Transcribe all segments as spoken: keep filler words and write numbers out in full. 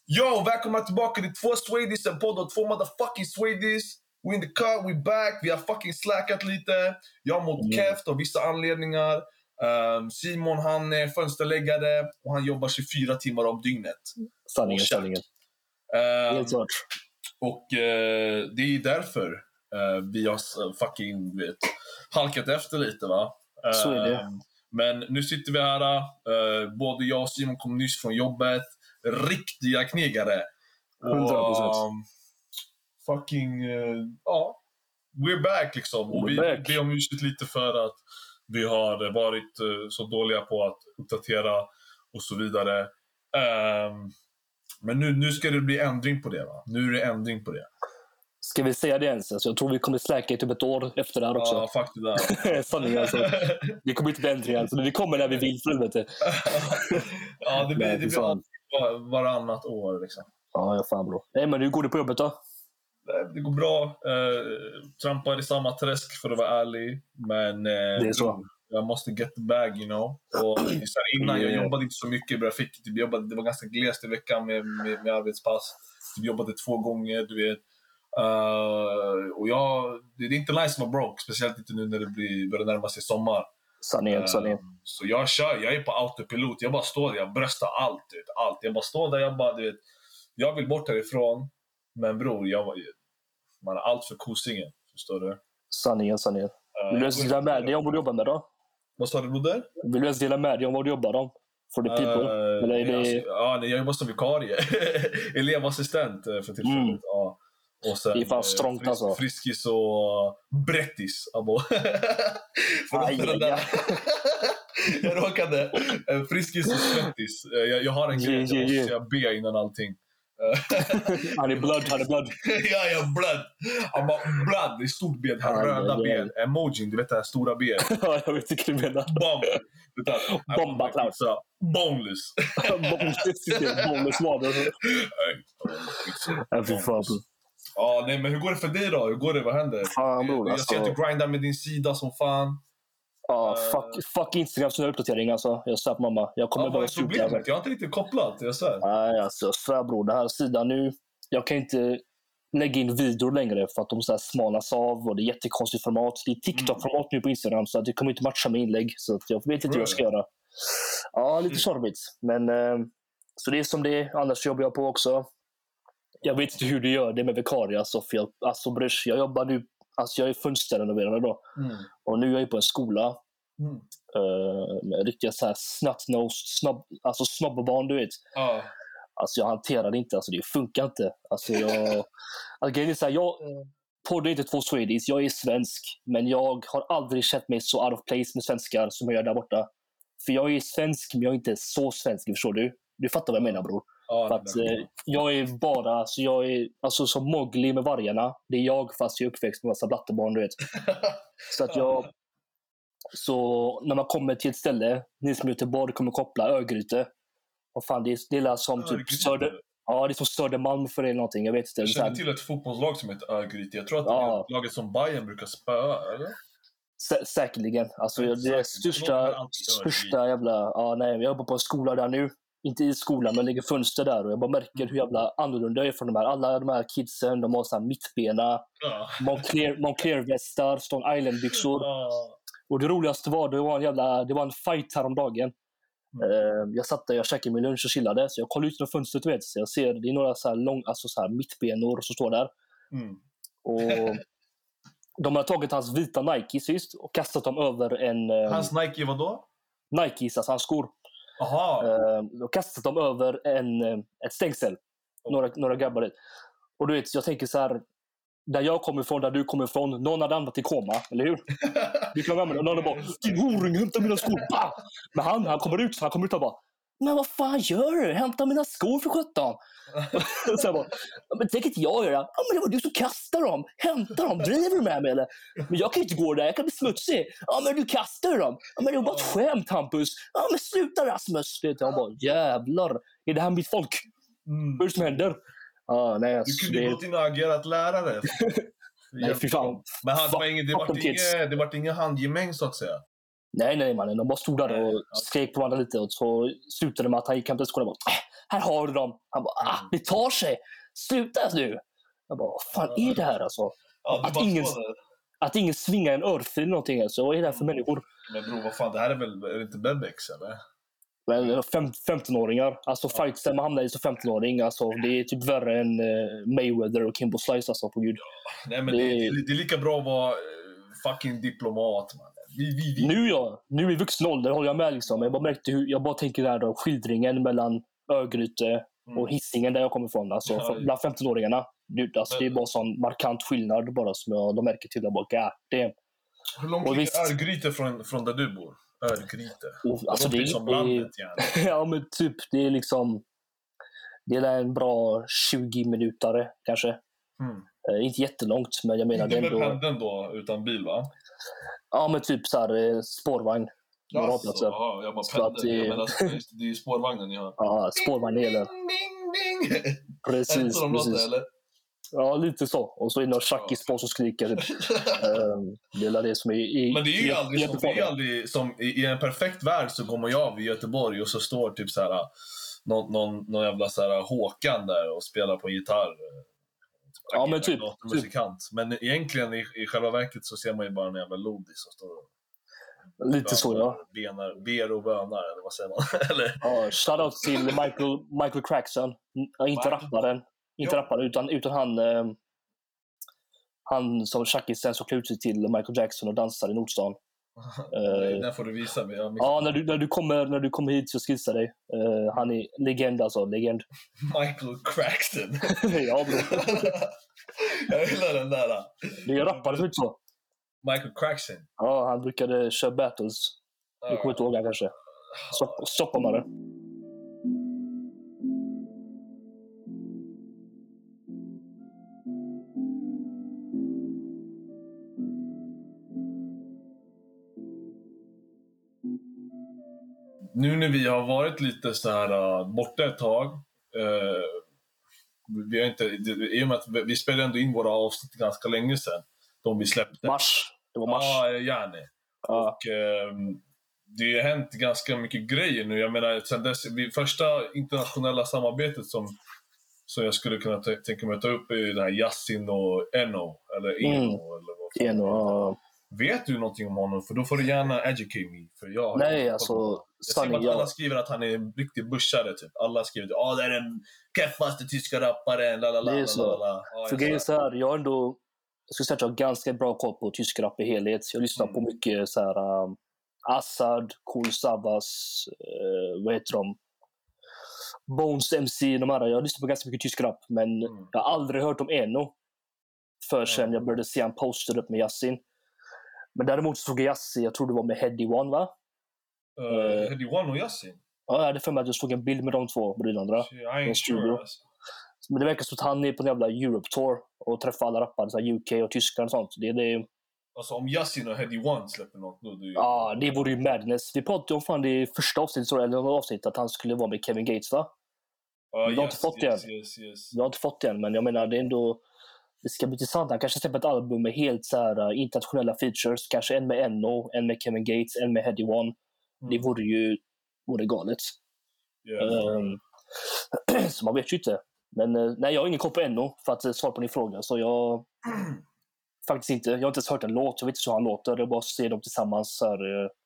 Yo, välkomna tillbaka till två Swedish, en podd och två motherfucking Swedish. We in the car, we back. Vi har fucking slackat lite. Jag har mått keft av vissa anledningar. Um, Simon, han är fönsterläggare och han jobbar tjugofyra timmar om dygnet. Sanningen, sanningen. Um, Helt klart. Och uh, det är därför uh, vi har fucking vet, halkat efter lite, va? Uh, Så är det. Men nu sitter vi här. Uh, både jag och Simon kom nyss från jobbet. Riktiga knegare. hundra procent. Um, fucking, uh, ja. We're back liksom. Och We're vi back. ber om ursäkt lite för att vi har varit uh, så dåliga på att uppdatera och så vidare. Um, men nu, nu ska det bli ändring på det, va? Nu är det ändring på det. Ska vi säga det ens? Alltså, jag tror vi kommer släcka i typ ett år efter det här också. Ja, faktiskt det. Sanningen alltså. Det kommer inte bli ändring alltså. Det kommer när vi vill, för helvete. Ja, det blir, Nej, det blir fan. var, varannat år liksom. Ja, jag fan bro. Nej, men hur går det på jobbet då? Det går bra. Eh, trampar i samma träsk för att vara ärlig. Men eh, Det är så. jag måste get the bag, you know. Och så här, innan jag jobbade inte så mycket. Jag fick, typ, jobbade, det var ganska glest i veckan med, med, med arbetspass. Jag jobbade två gånger, du vet. Uh, och jag, det är inte nice att vara broke. Speciellt inte nu när det blir, börjar närma sig sommar. Sanningen, uh, sanningen. Så jag kör, jag är på autopilot. Jag bara står där, jag bröstar allt, du vet, allt. Jag bara står där, jag bara, du vet. Jag vill bort härifrån. Men bror, jag, man har allt för kosingen. Förstår du? Sanningen, sanningen. Vill du ens dela med dig om vad du jobbar med då? Vad sa du, broder? Vill du ens dela med dig om vad du jobbar om? For the people? Uh, Eller är nej, det... alltså, ja, nej, jag jobbar som vikarie. Elevassistent för tillfället. Mm. Ja. Och sen, Det är fan strångt frisk, alltså. Friskis och brettis, abo. Aj, aj, aj. Jag råkade. Friskis och svettis. Jag, jag har en grej, Yeah, jag yeah, måste yeah. be innan allting. Han är blood, han är blood. Ja, ja, blood. Han bara, blood, det är stort ben, här Aj, röda aj, aj. ben. Emojin, du vet det här stora ben. Ja, jag vet inte vad du menar. Bomb. Vet du, Bomba, Klaus. så, boneless. Bonus var det. Ja, fy fan. Ja, nej, men hur går det för dig då? Hur går det? Vad händer? Fan, bror, jag alltså. ser att du grindar med din sida som fan. Ja, fuck, fuck Instagram som uppdatering alltså. Jag svär på mamma. Jag kommer Ja, bara vad är sluta. problemet? Jag har inte riktigt kopplat, jag svär. Nej, alltså jag svär bror. Den här sidan nu. Jag kan inte lägga in videor längre för att de så här smalas av och det är jättekonstigt format. Det är TikTok-format nu på Instagram så att det kommer inte matcha min inlägg. Så att jag vet inte hur jag ska göra. Ja, lite sorgligt. Men eh, så det är som det är. Annars jobbar jag på också. Jag vet inte hur du gör det med vikarie. Alltså, för jag, alltså brors, jag jobbar nu. Alltså jag är fönsterrenoverare då. Mm. Och nu är jag på en skola. Mm. Uh, med riktiga så här snut-nosed, snobb, alltså snobbarbarn, du vet. Ja. Alltså jag hanterar det inte, alltså det funkar inte. Alltså jag... Alltså, är så här, jag poddar inte två Swedish, jag är svensk. Men jag har aldrig känt mig så out of place med svenskar som jag gör där borta. För jag är svensk, men jag är inte så svensk, förstår du? Du fattar vad jag menar, bror. Ja, För att, eh, jag är bara, alltså jag är alltså som Mowgli med vargarna. Det är jag fast jag är uppväxt med massa blattebarn, du vet. Så att jag... Så när man kommer till ett ställe, ni som Göteborg kommer koppla Örgryte. Och fan, det är, det är som typ Söder, ja, det är som Södermalm för det eller någonting, jag vet inte. Jag känner till ett fotbollslag som heter Örgryte. Jag tror att Ja. det är laget som Bayern brukar spöa, eller? Sä- säkerligen. Alltså Ja, det är säkert. största, Någon annan största jävla... Ja, nej, jag jobbar på en skola där nu. Inte i skolan, men lägger fönster där. Och jag bara märker hur jävla annorlunda jag är från de här. Alla de här kidsen, de har så här mittbena. Ja. Moncler, Moncler-västar, Stone Island-byxor. Ja. Och det roligaste var, det var en jävla, det var en fight häromdagen. Mm. Uh, jag satt där, jag käkade min lunch och chillade. Så jag kollade ut genom fönstret, du vet. Så jag ser, det är några så här lång, alltså så här mittbenor som står där. Mm. Och de har tagit hans vita Nike sist och kastat dem över en... Um, Hans Nike vad då? Nikes, alltså hans skor. Aha. Uh, och kastat dem över en, um, ett stängsel. Oh. Några, några grabbar dit. Och du vet, jag tänker så här... Där jag kommer ifrån, där du kommer ifrån. Någon hade använt i koma, eller hur? Du kan använda. Någon bara, din horung, hämta mina skor. Bah! Men han, han kommer ut, han kommer ut och bara, men vad fan gör du? Hämta mina skor för sjutton. Så jag bara, men det kan inte jag göra. Ja, men det var du som kastade dem. Hämta dem, driver du med mig eller? Men jag kan inte gå där, jag kan bli smutsig. Ja, men du kastade dem. Ja, men det var bara ett skämt, Hampus. Ja, men sluta Rasmus. Jag bara, jävlar. Är det här mitt folk? Mm. Vad är det som händer? Ah, nej, alltså, Du kunde ju det... gått in och agerat lärare. Nej, fy fan. Men han, det Fuck, var ingen, det fuck var them kids. ingen, det var ingen handgemäng så att säga. Nej, nej mannen. De bara stod där och skrek på varandra lite och så slutade det med att han gick hem till skolan och bara, äh, här har du dem. Han bara, ah, det tar sig. Sluta nu. Jag bara, vad fan är det här alltså? Ja, det att, ingen, att ingen svingar en örfil eller någonting alltså. Vad är det här för människor? Men bror, vad fan, det här är väl, är det inte Bebex eller? Men femtonåringar. Alltså ja. Fightsen man hamnar i som femtonåring. Alltså, det är typ värre än uh, Mayweather och Kimbo Slice alltså, på gud. Nej, men det, det, är, det är lika bra att vara uh, fucking diplomat, man. Vi, vi, vi. Nu ja, nu i vuxen ålder håller jag med liksom. Jag bara märkte hur, jag bara tänker där då, skildringen mellan Örgryte mm. och Hisingen där jag kommer ifrån. Alltså ja, för, bland femtonåringarna. Det, alltså, det är bara sån markant skillnad bara som jag de märker till. Jag bara, God, det. Hur långt ligger visst... Örgryte från, från där du bor? Örgryte. Oh, alltså det, det är som det, landet gärna. Ja men typ, det är liksom det är en bra tjugo minuter kanske. Mm. Uh, inte jättelångt, men jag menar inte det ändå... med pendeln då, utan bil va? Ja men typ så här spårvagn. Alltså, ja, jag bara pendel. Det... Jag menar, det är ju spårvagnen ni har. Ja, spårvagn gäller. Ding, ding, ding. Precis, är det så de precis. Låter, eller? Ja, lite så. Och så är det några tjackis på som skriker. um, det är det som är... I, men det är ju i, aldrig, i, som, det är aldrig som... I, I en perfekt värld så går man ju av i Göteborg och så står typ så här... Någon, någon, någon jävla så här Håkan där och spelar på gitarr. Ja, men typ. Musikant. typ. Men egentligen i, i själva verket så ser man ju bara en jävla lodis som står och... Lite bönar, så, ja. Benar, ber och bönar, eller vad säger man? eller? Ja, shoutout till Michael, Michael Crackson. Inte Michael. rapparen. Inte rapparen, utan, utan han... Eh, han som tjackisen som klär ut sig till Michael Jackson och dansar i Nordstan. uh, Den får du visa mig. Ja, när du, när, du kommer, när du kommer hit så skissar dig. Uh, han är legend alltså, legend. Michael Crackson. Ja, bro. Jag gillar den där. Det är rappare som inte så. Michael Crackson. Ja, han brukade köra battles. Uh. Du kommer inte ihåg han kanske. Stockholmare. Nu när vi har varit lite så här uh, borta ett tag, uh, vi har inte, i och med att vi spelade ändå in våra avsnitt ganska länge sedan, de vi släppte. Mars, det var mars. Ja, gärna. Ja. Och um, det har hänt ganska mycket grejer nu. Jag menar, sen dess, vi, första internationella samarbetet som, som jag skulle kunna t- tänka mig att ta upp är det här Yasin och Eno, eller Eno, mm. eller vad fan. Eno, ja. Vet du någonting om honom? För då får du gärna educate me. För jag Nej, alltså... Jag ser att alla skriver att han är en riktig bushare, typ. Alla skriver att ah, det är den keffaste tyska rapparen, lalala. Det är så. Ja, för grejen är så här, jag har ändå... Jag skulle säga att jag har ganska bra koll på tysk rap i helhet. Jag lyssnar mm. på mycket så här... Um, Assad, Kool Savas, uh, vad heter de? Bones M C, de här. Jag lyssnar på ganska mycket tysk rap, men mm. jag har aldrig hört om Eno. För sen mm. jag började se en poster upp med Yasin. Men däremot såg jag Yasin, jag tror det var med Heady One, va? Uh, uh, Heady One och Yasin? Ja, jag hade för mig att jag såg en bild med de två bröderna. Sure, men det verkar som att han är på en jävla Europe Tour och träffar alla rappare, så U K och Tyskland och sånt. Det, det... Alltså om Yasin och Heady One släpper något då... Det ju... Ja, det vore ju madness. Vi pratade om fan det första avsnittet, eller något avsnitt, att han skulle vara med Kevin Gates, va? Uh, vi har yes, inte fått yes, det än. Yes, yes. Vi har inte fått det än, men jag menar, det är ändå... Det ska bli intressant. Han kanske släpper ett album med helt så här, uh, internationella features. Kanske en med Eno, en med Kevin Gates, en med Heady One. Mm. Det vore ju vore galet. Yeah. Um, så man vet ju inte. Men uh, nej, jag har ingen koll på Eno för att uh, svara på din fråga. Så jag... Faktiskt inte. Jag har inte ens hört en låt. Jag vet inte hur han låter. Jag bara ser dem tillsammans så här, uh,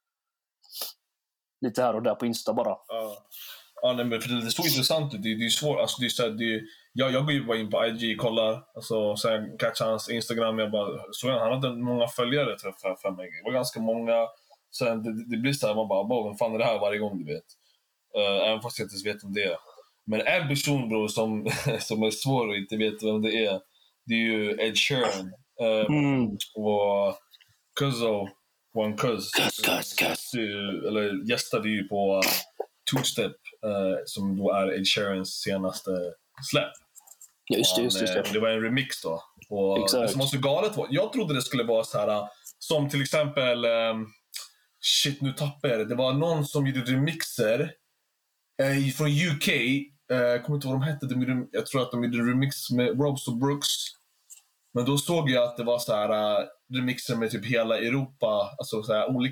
lite här och där på Insta bara. Uh. Ja, nej, men för det, det är så intressant. Det, det är svårt. Alltså, det är så här, det, jag, jag går ju bara in på I G, kollar. Alltså, sen catchar hans Instagram. Jag bara, så han hade många följare för, för mig. Det var ganska många. Sen det, det blir så här, man bara, vem fan är det här varje gång, du vet. Uh, även fast jag inte vet om det är. Men en person, bro, som, som är svår och inte vet vem det är. Det är ju Ed Sheeran. Uh, mm. Och Cuzzo. One Cuz. Cuz, Cuz, Cuz. Eller gästade ju på... Uh, Two-Step, uh, som då är Ed Sheerans senaste släpp. Ja, just det, just det, just det. Det var en remix då. Och det som var så galet var, jag trodde det skulle vara så här, som till exempel, um, shit nu tappar jag det. Det var någon som gjorde remixer uh, från U K. Uh, jag kommer inte ihåg vad de hette. De gjorde, jag tror att de gjorde remix med Robs och Brooks. Men då såg jag att det var så här uh, remixer med typ hela Europa, alltså så här olika.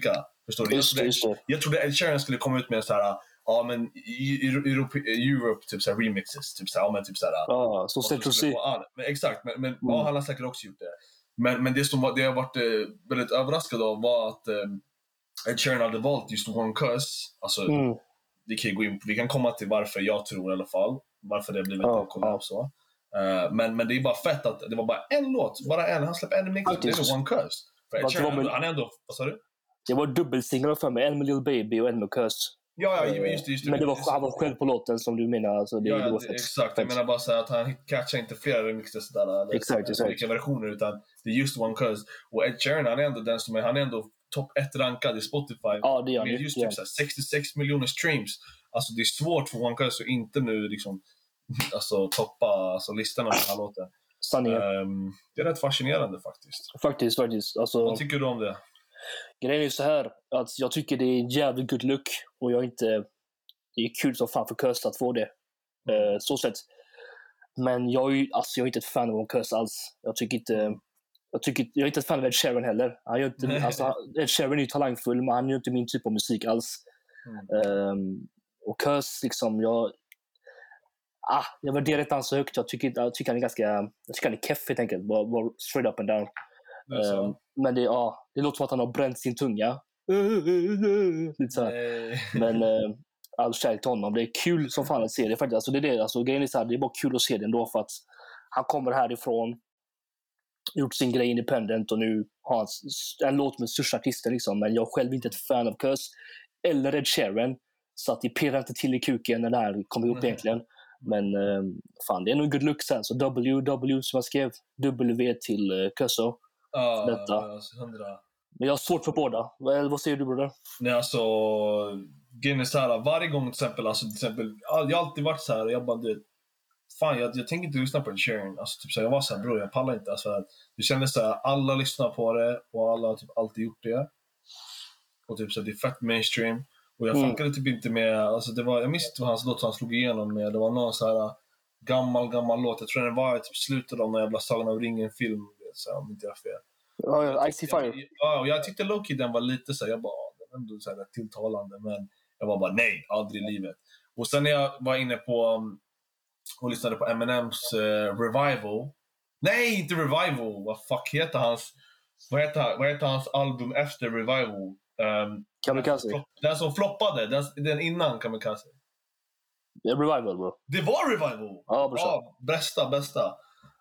Förstår du? Jag Just det, trodde, just det. jag trodde Ed Sheeran skulle komma ut med så här, ja men Europe, Europe typ så här remixes, typ så här, ja men typ så här. Ja, så Central C. Men exakt, men, men Mm. ja, han har säkert också gjort det. Men, men det som var, det jag varit eh, väldigt överraskad av var att eh, Ed Sheeran hade valt just One Curse. Alltså, Mm. vi kan gå in, vi kan komma till varför jag tror i alla fall, varför det blivit Ja, en collab så. Uh, men, men det är bara fett att det var bara en låt, bara en, han släppte en mix, det är One Curse. För Ed Sheeran, med, han är ändå, vad sa du? Det var dubbelsinglar för mig, en med Lil Baby och en med Curse. Ja, ja, just det, just det. Men det var, han var själv på låten som du menar. Alltså det, ja, det var det, fett, exakt. fett. Jag menar bara så här att han catchar inte flera remixer sådär. Eller exakt, exakt. Olika versioner, utan det är just One Curse. Och Ed Sheeran, han är ändå den som är, han är ändå topp ett rankad i Spotify. Ja, det är han. Med just typ så här sextiosex miljoner streams. Alltså det är svårt för One Curse att inte nu liksom, alltså toppa alltså, listan av den här låten. Sanningen. Um, det är rätt fascinerande faktiskt. Faktiskt, faktiskt. Alltså, vad tycker du om det? Grejen är så här, att jag tycker det är en jävligt good look och jag är inte, det är kul som fan för Curse att få det. Uh, så sett. Men jag är ju, alltså jag är inte ett fan av One Curse alls. Jag tycker inte, jag tycker jag är inte ett fan av Ed Sheeran heller. Han gör inte, alltså, Ed Sheeran är ju talangfull, men han gör inte min typ av musik alls. Mm. Um, och Curse liksom, jag ah, jag värderar inte han så högt. Jag tycker, jag tycker han är ganska, jag tycker han är keff helt enkelt, bara, bara straight up and down. Um, men det, ja, det låter som att han har bränt sin tunga. Lite så här. Men uh, all kärlek till honom. Det är kul som fan att se det faktiskt. Alltså, det är det, alltså, grejen är så här, det är bara kul att se det ändå för att han kommer härifrån, gjort sin grej independent och nu har han en låt med största artisten liksom. Men jag är själv inte ett fan av Curse eller Ed Sheeran, så att det pirrar inte till i kuken när det här kommer ihop mm. egentligen. Men uh, fan, det är nog good look sen. Så W, W som jag skrev, W till uh, Curse. Ja, detta. Alltså, hundra. Men jag har svårt för båda. Vad, vad säger du, broder? Nej, alltså grejen är så här, varje gång till exempel, alltså, till exempel jag har alltid varit så här, jag bara, du, fan, jag, jag tänker inte lyssna på en Sheeran. Alltså, typ så här, jag var så här, bror, jag pallar inte. Alltså, det kändes så här, alla lyssnar på det och alla har typ alltid gjort det. Och typ så här, det är fett mainstream. Och jag mm. funkade typ inte med, alltså det var, jag minns inte vad hans låt han slog igenom med. Det var någon så här gammal, gammal låt. Jag tror den var typ slutet av någon jävla Sagan av ringen-film. Så om inte jag har fel. Ja, ja, Icy Fire. Ja, och jag tyckte Loki den var lite så här, jag bara, den är ändå så här tilltalande, men jag var bara nej, aldrig i livet. Och sen när jag var inne på um, och lyssnade på Eminems uh, Revival. Nej, inte Revival. Vad fuck heter hans vad heter, vad heter hans album efter Revival? Um, Kamikaze. Den, den som floppade, den, den innan Kamikaze. Det är Revival, bro. Det var Revival. Ja, brorsan. Ja, bästa, bästa.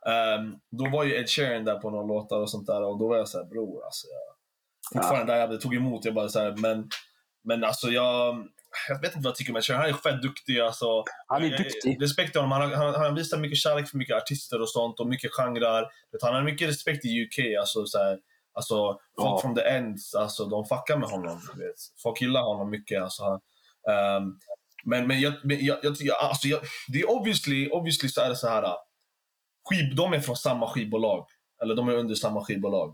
Um, då var ju Ed Sheeran där på några låtar och sånt där, och då var jag så här, bror, alltså jag fortfarande ja. där jag tog emot, jag bara så här, men men alltså jag jag vet inte vad jag tycker om Ed Sheeran. Han är fett duktig, alltså. Han är jag, duktig. Jag, respekt till honom. Han, han, han visar mycket kärlek för mycket artister och sånt och mycket genrer. Han har mycket respekt i U K, alltså så här, alltså folk ja. from the ends, alltså de fuckar med honom, du vet. Folk gillar honom mycket, alltså. Um, men men jag men jag, jag, jag alltså jag, det är obviously obviously så är det så här. Skib, de är från samma skivbolag. Eller de är under samma skivbolag.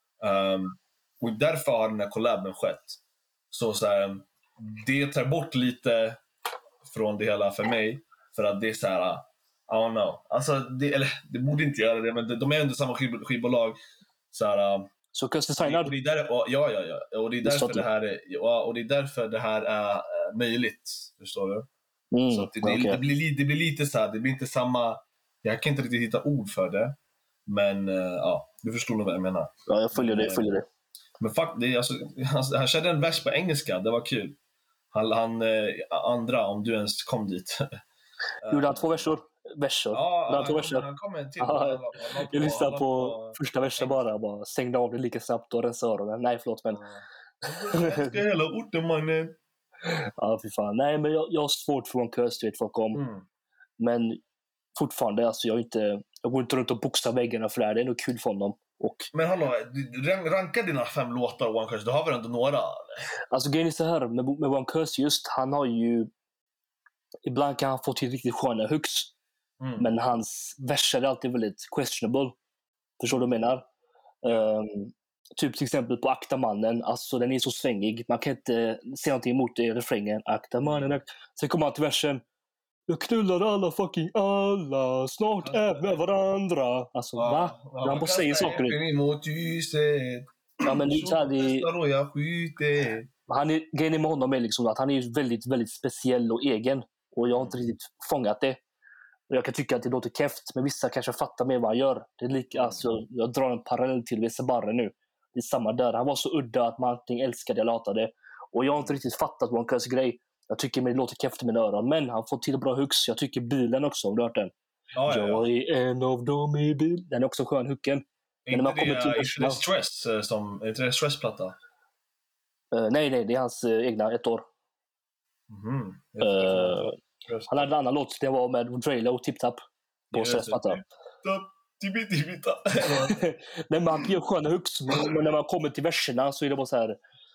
Um, och därför har den här collaben skett. Så, så här, det tar bort lite från det hela för mig. För att det är så här, I don't know. Alltså, det, eller, det borde inte göra det, men de är under samma skiv, skivbolag. Så här, så Curse signad? Och det är där, och, ja, ja, ja. Och det är därför det här är, ja, och det är därför det här är uh, möjligt. Förstår du? Mm, så det, det, okay. det, blir, det blir lite så här, det blir inte samma. Jag kan inte riktigt hitta ord för det. Men uh, ja, du förstår nog vad jag menar. Ja, jag följer det, jag följer det. Men fuck, det är, alltså, han, han körde en vers på engelska, det var kul. Han, han eh, andra, om du ens kom dit. Gjorde han två versor? Versor? Ja, han, han, två versor. han kom en till. Aha, alla, alla, alla jag lyssnade på, på första versen bara, bara stängde av det lika snabbt och rensade öronen. Nej, förlåt, men... Jag ska hela orten, mannen. Ja, fy fan. Nej, men jag, jag har svårt för en Curse, vet folk om. Mm. Men fortfarande, alltså jag inte... Jag går inte runt och boxar väggarna för det här. Det är nog kul för honom. Och... Men hallå, ranka dina fem låtar One Curse. Du har väl ändå några? Eller? Alltså grejen är så här, med, med One Curse just, han har ju... Ibland kan han få till riktigt sköna hooks. Mm. Men hans verser är alltid väldigt questionable. Förstår du vad jag menar? Um, typ till exempel på Akta mannen. Alltså den är så svängig. Man kan inte säga någonting emot det i refrängen. Akta mannen. Akta. Sen kommer han till versen. Jag knullar alla fucking alla. Snart är med varandra. Alltså ja, va? Ja, han bara säger saker. Emot ljuset. Ja men det är så här, det... Han är, grejen med honom är liksom att han är väldigt, väldigt speciell och egen. Och jag har inte riktigt fångat det. Och jag kan tycka att det låter keft, men vissa kanske fattar mer vad han gör. Det är lika, alltså, jag drar en parallell till Vese Barre nu. Det är samma där. Han var så udda att man antingen älskade eller hatade. Och jag har inte riktigt fattat One Curse grej. Jag tycker det låter keft i mina öron. Men han får till bra hooks. Jag tycker bilen också, om du har hört den. Ja, ja, ja. Jag är en av dem i bil. Den är också skön, hooken. Är inte det, till det, det Stress uh, som, är inte det Stress-platta? Uh, nej, nej, det är hans uh, egna, ett år. Mm. Uh, han hade en annan låt, det var med Drelo och Tip Tap på Stress-platta. Nej, men han gör sköna hooks, men när man kommer till verserna så är det bara så här.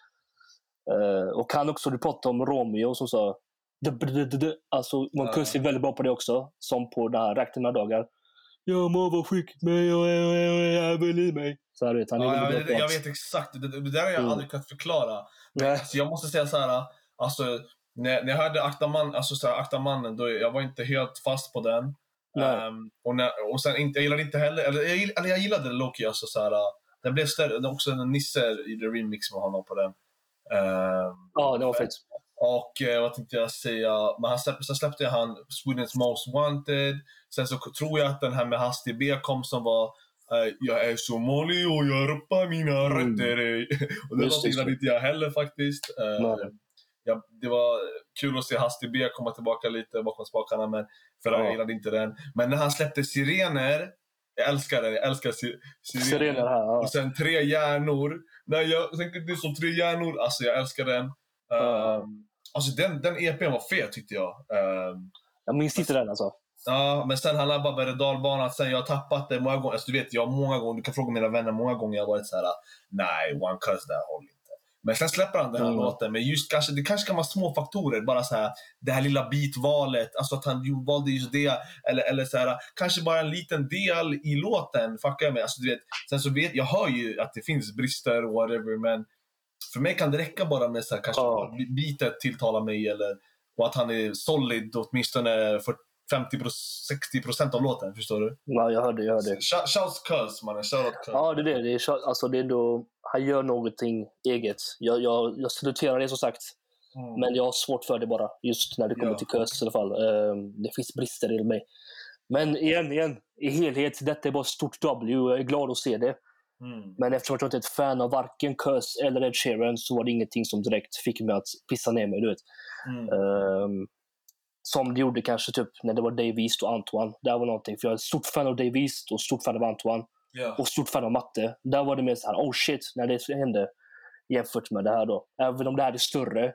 Uh, och han också, du pratade om Romeo som sa alltså man kunde se väldigt bra på det också, som på den här räkterna dagar. Jag må vara skickligt mig och jag vill i mig. Så här vet han. Ja, jag, vet, jag vet exakt. Det, det där har jag mm. aldrig kunnat förklara. Men alltså, jag måste säga så här, alltså när, när jag hörde Akta man, alltså så här, Akta mannen, då jag var inte helt fast på den. Um, och, när, och sen inte, jag gillade inte heller, eller jag, eller jag gillade Loki, alltså så här, den blev större, det också en Nisse i the remix med honom på den. Um, ja, det var fett. Och eh, vad tänkte jag säga, men han släppte, sen släppte han Sweden's Most Wanted. Sen så tror jag att den här med Hasti B kom som var eh, jag är somali och jag ropar mina mm. rötter. Och det var gillade inte jag heller faktiskt. eh, ja, Det var kul att se Hasti B komma tillbaka lite bakom spakarna, men för ja. jag gillade inte den. Men när han släppte Sirener, jag älskar den, jag älskar si- Sirener, Sirener här, ja. Och sen Tre hjärnor. Nej, jag tänker det är som Tre hjärnor, alltså jag älskar den. Ja. Um, Alltså den, den E P:n var fet tyckte jag. Um, jag minns inte den alltså. Ja, men sen han har bara berg- dalbanan. Sen jag har tappat det många gånger. Alltså, du vet, jag många gånger, du kan fråga mina vänner, många gånger jag har varit så här: nej, One Curse där håller inte. Men sen släpper han den här mm. låten. Men just kanske, det kanske kan vara små faktorer. Bara så här, det här lilla bitvalet. Alltså att han valde just det. Eller, eller så här, kanske bara en liten del i låten. Fuckar jag med. Alltså, du vet, sen så vet jag hör ju att det finns brister och whatever. Men för mig kan det räcka bara med så här, kanske oh. bitet tilltalar mig. Eller, och att han är solid åtminstone för femtio till sextio procent av låten, förstår du? Ja, jag hörde, jag hörde. Shouts Curse, mannen. Shout out Curse. Ja, det är det. det är, alltså, det är då, han gör någonting eget. Jag, jag, jag saluterar det som sagt. Mm. Men jag har svårt för det bara. Just när det kommer ja. till Curse i alla fall. Um, det finns brister i mig. Men igen, igen. I helhet, detta är bara ett stort W. Jag är glad att se det. Mm. Men eftersom jag inte är ett fan av varken Curse eller Ed Sheeran så var det ingenting som direkt fick mig att pissa ner mig, du vet. Mm. Um, som det gjorde kanske typ när det var Dave East och Antoine. Där var någonting, för jag är ett stort fan av Dave East och stort fan av Antoine. Yeah. Och stort fan av Matte. Där var det mer så här, oh shit, när det hände jämfört med det här då. Även om det här är större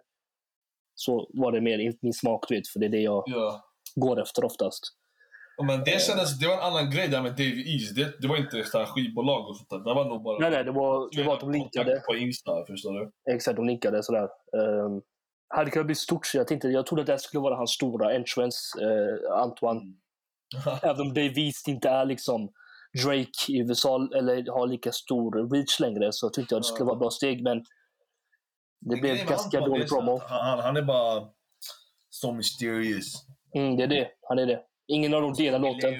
så var det mer min smak, du vet, för det är det jag yeah. går efter oftast. Men det kändes, det var en annan grej där med Dave East. Det, det var inte så här skivbolag och sånt där. Det var nog bara... Nej, nej, det var, det var att de linkade. På Insta, förstår du? Exakt, de linkade sådär. Um, hade kunnat bli stort, så jag tänkte, jag trodde att det skulle vara hans stora entrance, uh, Antoine. Mm. Även om Dave East inte är liksom Drake i U S A eller har lika stor reach längre, så tyckte jag att det skulle vara ett bra steg, men det, det blev ganska dålig promo. Han, han är bara so mysterious. Mm, det är det, han är det. Ingen av dem delar låten.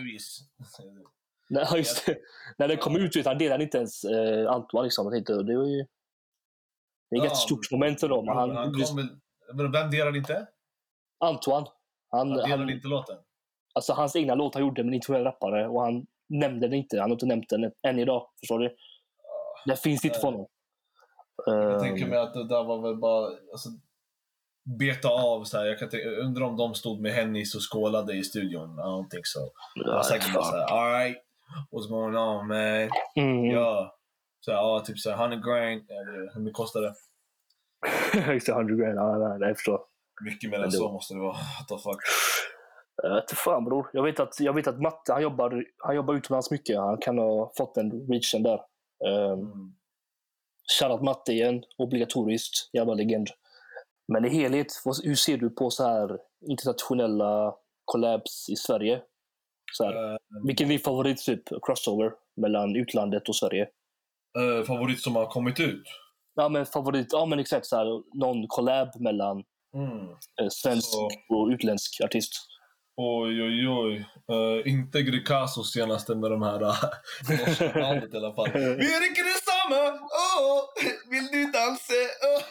Nej, just det. När det kom ut, han delade inte ens eh, Antoine liksom. Jag tänkte, det var ju... Det är ja, ett stort moment för dem. Han, han just... med... Vem delade inte? Antoine. Han, han delade han... inte låten? Alltså hans egna låt han gjorde, men inte för en rappare. Och han nämnde den inte. Han har inte nämnt den än idag, förstår du? Oh, det finns inte för honom. Jag um... tänker mig att det där var väl bara... Alltså... beta av så här. Jag kan t- undra om de stod med Hennis och skålade i studion. I don't think so. Jag var säkert bara såhär, alright, what's going on, man? Mm. Ja. Så ja, typ såhär, hundra grand. Hur mycket kostar det? Extra hundra grand, ja, nej, jag förstår. Mycket mer än så måste det vara. What the fuck? Jag vet inte fan, bror. Jag vet att, jag vet att Matte, han jobbar, han jobbar utomlands mycket. Han kan ha fått en reachen där. Um, mm. Shoutout Matte igen, obligatoriskt. Jävla legend. Men i helhet, hur ser du på så här internationella collabs i Sverige? Så här, uh, vilken är din favorit typ crossover mellan utlandet och Sverige? Uh, favorit som har kommit ut? Ja, men favorit, ja men exakt så här, någon collab mellan mm. eh, svensk så. och utländsk artist. Oj, oj, oj. Uh, inte Gricasso senaste med de här uh, norska bandet i alla fall. Vi är Gricasso! mamma, åh, vill du dansa? Oh.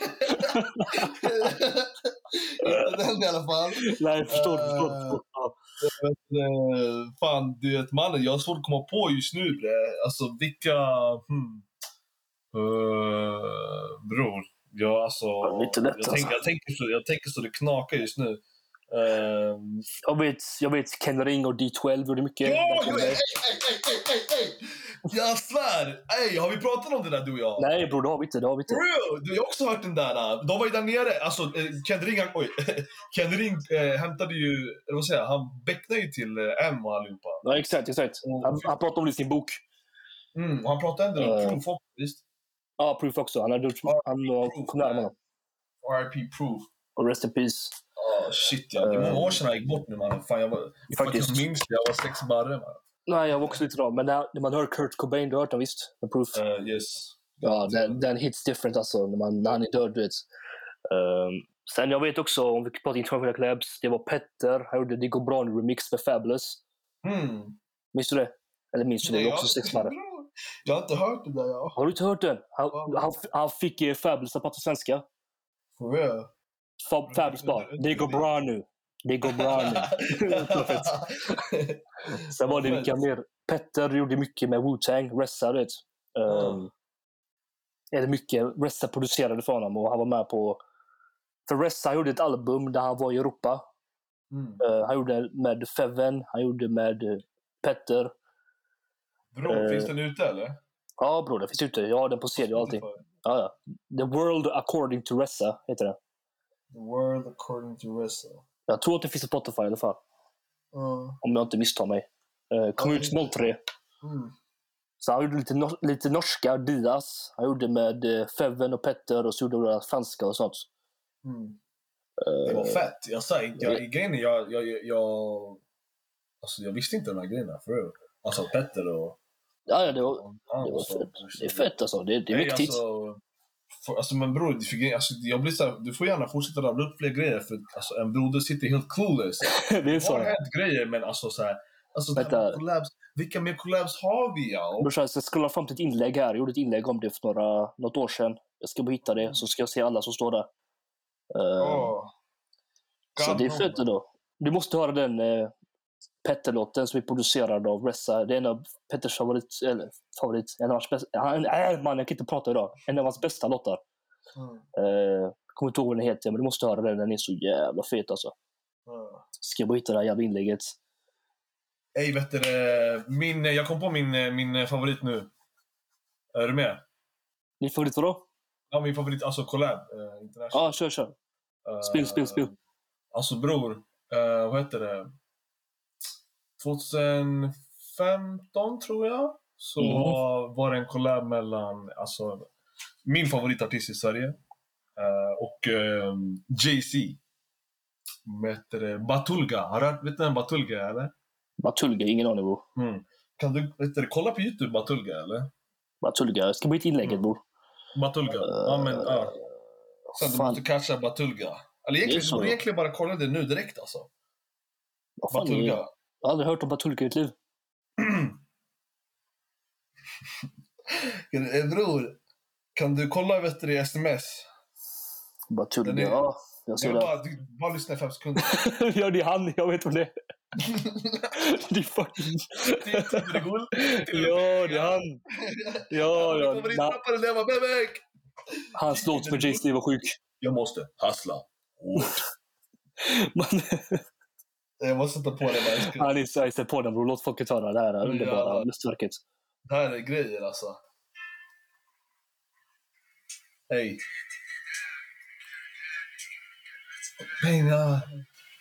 Inte den i alla fall. Nej, jag förstår. Uh, förstår, förstår. Ja. Uh, fan, du vet, mannen, jag har svårt att komma på just nu. Bre. Alltså, vilka... Hmm. Uh, bror, jag, alltså, ja, lätt, jag, alltså. tänker, jag, tänker så, jag tänker så det knakar just nu. Uh, jag, vet, jag vet Ken Ring och D tolv gjorde mycket. Ja, ej, ej, ej, ej, ej. Jag svär! Ej, har vi pratat om det där, du och jag? Nej, bror, det har vi inte. Det har vi inte. Bro, du har också hört den där. De var ju där nere. Alltså, Ken Ring, oj, Ken Ring eh, hämtade ju, eller vad säger jag, han becknade ju till eh, M och allihopa. Ja, exakt, exakt. Han, han pratade om det i sin bok. Mm, och han pratade ändå om uh, Proof också, visst? Ja, Proof också. Han hade gjort, han kom närmare honom. R I P Proof. Och rest in peace. Ja, oh, shit ja. Det är många år sedan jag gick bort nu, man. Fan, jag var, faktiskt jag minns jag var sex barre, man. Nej, jag var också lite bra. Men när, när man hör Kurt Cobain, du har hört den visst? Med Proof. Uh, yes. Ja, den, den hits different alltså. När, man, när han är död, du vet. Um, sen jag vet också, om vi pratar internationella clubs, det var Petter. Han gjorde Det går bra nu remix med Fabulous. Mm. Minns du det? Eller minns du det? Nej, också sex barre. Jag har inte hört det där, ja. Har du inte hört den? Han, wow. han, han fick eh, Fabulous att prata svenska. For real? Fab, Fabulous bara, det går bra nu. Det går bra nu. Sen var det vilka mer. Petter gjorde mycket med Wu-Tang, Ressa, du vet. Um, mm. Eller mycket. Ressa producerade för honom och han var med på... För Ressa gjorde ett album där han var i Europa. Mm. Uh, han gjorde med Feven, han gjorde med uh, Petter. Bro, uh, finns den ute eller? Ja, bro, den finns ute. Jag har den på C D och allting. Ja, ja. The World According to Ressa heter den. The World According to Ressa. Jag tror att det finns på Spotify i alla fall. Mm. Om jag inte misstar mig. Uh, kom ut noll tre. Mm. Så han gjorde lite, nor- lite norska, Diaz. Han gjorde med uh, Feven och Petter och så gjorde han franska och sånt. Mm. Uh, det var fett. Jag sa inte, jag, jag, grejen, jag, jag, jag, alltså, jag visste inte de här grejerna för alltså Petter och... Ja, ja det var, det var fett. Det är fett alltså, det, det är viktigt. Alltså, för, alltså men bror, alltså, jag blir så här, du får gärna fortsätta rabbla upp fler grejer för alltså, en broder sitter helt clueless. Det är så. Det har hänt grejer, men alltså så här, alltså, collabs, vilka mer collabs har vi? Ja? Bror, jag scrollar fram till ett inlägg här. Jag gjorde ett inlägg om det för några, något år sedan. Jag ska bara hitta det, så ska jag se alla som står där. Uh, oh. Så det är fett då. Du måste höra den uh, Petter-låten som är producerad av Ressa. Det är en av Petters favorit, eller favorit, en av hans bästa, han, äh, man, jag kan inte prata idag. En av hans bästa låtar. Mm. Uh, kommer inte ihåg vad den heter, men du måste höra den. Den är så jävla fet alltså. Mm. Ska jag bara hitta det här jävla inlägget. Ey, vet du, min, jag kom på min, min favorit nu. Är du med? Din favorit vadå? Ja, min favorit, alltså collab. Uh, Ja, ah, kör, kör. Spill, spill, spill. Uh, alltså bror, uh, vad heter det? tjugohundrafemton tror jag. Så mm. var det en collab mellan, alltså, min favoritartist i Sverige. Uh, och uh, Jay-Z. Heter det, Batulga. Har du vet du en Batulga, eller? Batulga, ingen aning bror. Mm. Kan du, vet du, kolla på YouTube Batulga, eller? Batulga, jag ska bli ett inlägget mm. bror. Batulga, uh, ja men ja. Sen du måste catcha Batulga. Eller egentligen, du borde egentligen bara kolla det nu direkt alltså. Batulga. Jag har aldrig hört om Batulga i ett liv. Bror, kan du kolla vet du, i sms? Batulga, är, ja. Jag ser det. Bara, du, bara lyssna i fem sekunder. Ja, det är han, jag vet vad det är. Det är fucking... Det är Tidregul. Ja, det är han. Ja, ja. Du kommer inte tappa den där, var bebek. Hans låt med Jay-Z var sjuk. Jag måste hassla hårt. Jag måste sätta på det. Han är så här, på den bror. Låt folk höra det här underbara ja. Lustverket. Det här är grejer alltså. Hej. Pengar.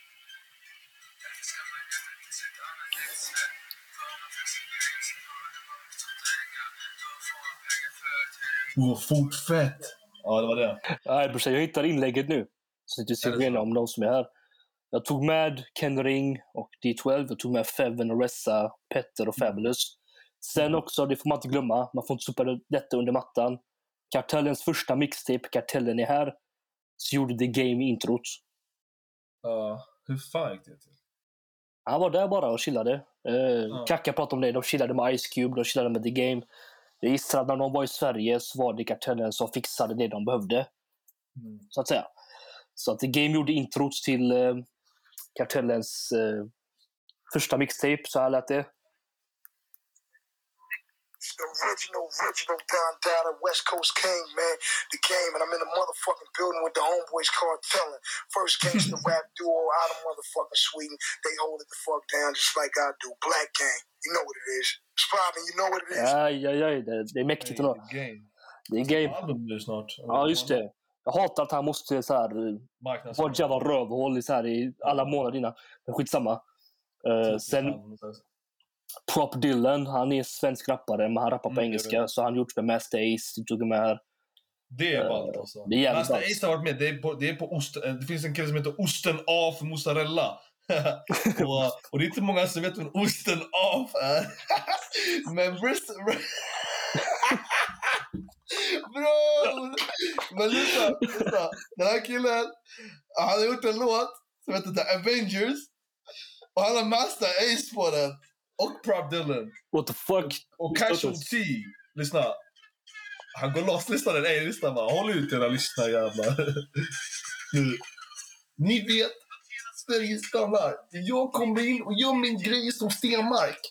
Oh, fort fett. Ja, det var det. Nej, brorsan, jag hittar inlägget nu. Så att du ser igenom de som är här. Jag tog med Ken Ring och D tolv. Jag tog med Feven och Ressa, Petter och Fabulous. Sen också, det får man inte glömma. Man får inte sopa detta under mattan. Kartellens första mixtape, Kartellen är här. Så gjorde The Game introt. Ja, uh, hur fan gick det till? Han var där bara och chillade. Uh, uh. Kacka pratade om det. De chillade med Ice Cube, de chillade med The Game. Jag gissar att när de var i Sverige så var det Kartellen som fixade det de behövde. Mm. Så att säga. Så att The Game gjorde introt till eh, Kartellens eh, första mixtape, så här lät det. The original, original Don Dada, West Coast King, man. The Game, and I'm in a motherfucking building with the homeboys Cartellin. First gangster rap duo out of motherfucking Sweden. They hold it the fuck down just like I do. Black Gang, you know what it is. Spraven, you know what it is. Aj, aj, aj. Det, det är mäktigt ändå. The Game. Det är Game. Album nu snart. Ja, just det. Jag hatar att han måste så här vara ett jävla rövhål i, så här, i alla månader innan. Men skitsamma. Uh, sen Prop Dylan, han är svensk rappare, men han rappar på Mm, engelska. Så han gjort med Master Ace, du tog med här. Det är ballt alltså. Det är jävligt Master ballt. Ace har varit med. Det är på, det är på osten. Det finns en kille som heter Osten A för mozzarella. och, och det är inte många som vet vad Osten A är. Men Brist... Bro! Men lyssna, lyssna. Den här killen, han har gjort en låt som heter The Avengers. Och han har Master Ace på den. Och Prop Dylan. What the fuck? Och Casual T. Lyssna. Han går loss, lyssna den. Ey, lyssna bara. Håll ut era lyssna, jävlar. Ni vet, Sveriges stannar. Jag kommer in och gör min grej som Stenmark.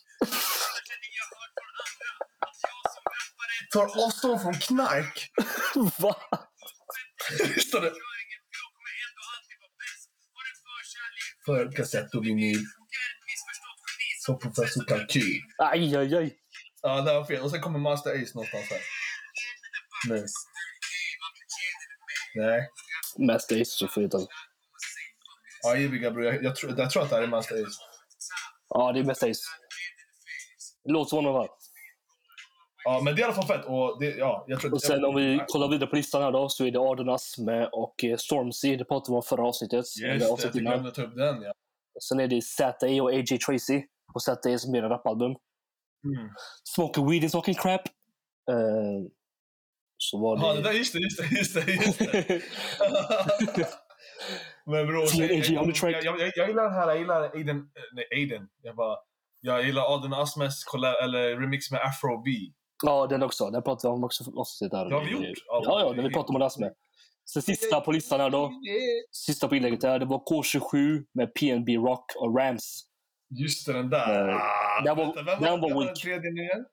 Tar avstånd från knark. Va? Lyssna det. För kassett och vinyl. Som professor Kalkyl. Aj, aj, aj. Ja, det var fel. Och sen kommer Master Ace någonstans här. Nej. Nej. Master Ace så fint alltså. Ja, eviga bror. Jag, jag, tror, jag tror att det här är Master Ace. Ja, det är Master Ace. Det låter som honom här. Ja, men det är i alla fall fett. Och, det, ja, jag tror, Och sen jag, om vi kollar vidare på listan här då, så är det Aden Asme och eh, Stormzy. Det pratade vi om förra avsnittet. Just det, jag glömde ta upp den, ja. Sen är det Z A och A J Tracy. Och Z A som är ett rapalbum. Mm. Smoking Weed and Talking Crap. Uh, så var det... Ja, det där, just det, just det, just det. Just det. Men bror, jag, jag, jag, jag, jag gillar den här, jag gillar Aiden, nej Aiden, jag bara, jag gillar Aden Asmes eller remix med Afro B. Ja, den också, den pratade vi om också. också där. Det har vi gjort? Ja, ja, den vi pratade om Asme. Sen sista på listan här då, sista på inlägget här, det var K tjugosju med P N B Rock och Rams. Just det, den där. Uh, ah, den var, vänta, vem den var, var den tredje nu igen?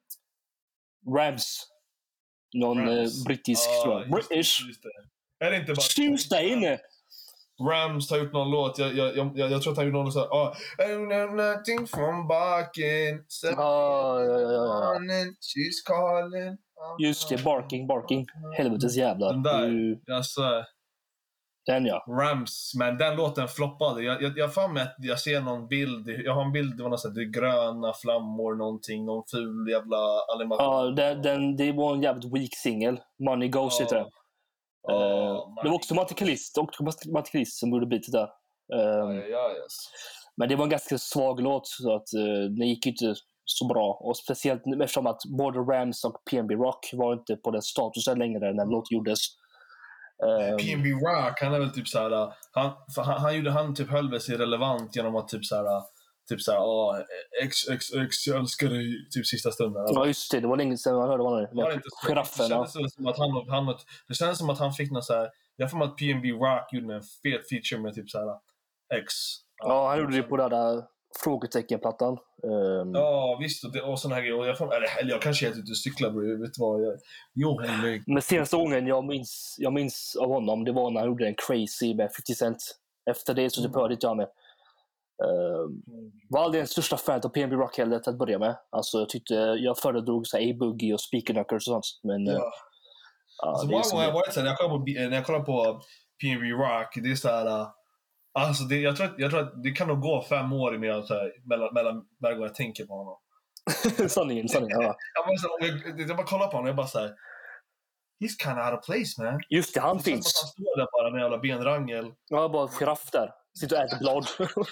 Rams. Någon Rams. Eh, brittisk, ah, tror jag. British. Just det. Är det inte bara... Tuesday inne! Rams har gjort någon låt. Jag, jag, jag, jag tror att han gjorde någon sån här... Oh, I know nothing from barking. Ah, ja, ja, ja. She's calling. Just det, barking, barking. Helvetes jävlar. Den där, Du, alltså... den ja. Rams, men den låten floppade. Jag, jag, jag fan med att jag ser någon bild. Jag har en bild, det var något sånt, det är gröna flammor, någonting, någon ful jävla animation. Ja, den, den, det var en jävligt weak singel. Money Goes heter den. Uh, det var också Mattikalist och Mattikalist som gjorde beatet där. Uh, ja, ja, yes. Men det var en ganska svag låt, så att uh, det gick inte så bra. Och speciellt eftersom att både Rams och P N B Rock var inte på den statusen längre när låten gjordes. Um, P N B Rock, han är väl typ såhär, han, han, han gjorde han typ höll sig relevant genom att typ såhär, typ såhär, åh, ex, ex, ex, jag älskar dig, typ sista stunden. Alltså. Ja, just det, det var länge sedan man hörde honom. Var det inte så? Giraffen, det, kändes som att han, han, det kändes som att han fick någon såhär, jag får med att P N B Rock gjorde en fet feature med typ såhär, X. Ja, han gjorde det på den där frågeteckenplattan. Um, ja, visst. Och, det, och såna här grejer. Jag, får, eller, eller jag kanske är helt ute och cyklar, bro. Jag vet vad jag... Jo, hej. Men senaste gången jag minns, jag minns av honom, det var när han gjorde en Crazy med femtio Cent. Efter det så typ hörde inte jag med. Um, var aldrig den största fan av P N B Rock heller till att börja med. Alltså jag tyckte, jag föredrog så här A-Boogie och Speakerknuckers och sånt. Men... Ja. Uh, alltså, många gånger har jag varit så här, när jag kollar på, när jag kollar på P N B Rock, det är så här... Uh, Alltså det, jag, tror att, jag tror att det kan nog gå fem år med så här, mellan, mellan varje gång jag tänker på honom. sanningen, sanningen. Ja. jag, bara, så, jag, jag bara kollar på honom och jag bara såhär, he's kind of out of place, man. Just det, han det finns. Han står där bara med jävla benrangel. Ja, bara giraff där. Sitter och äter blad.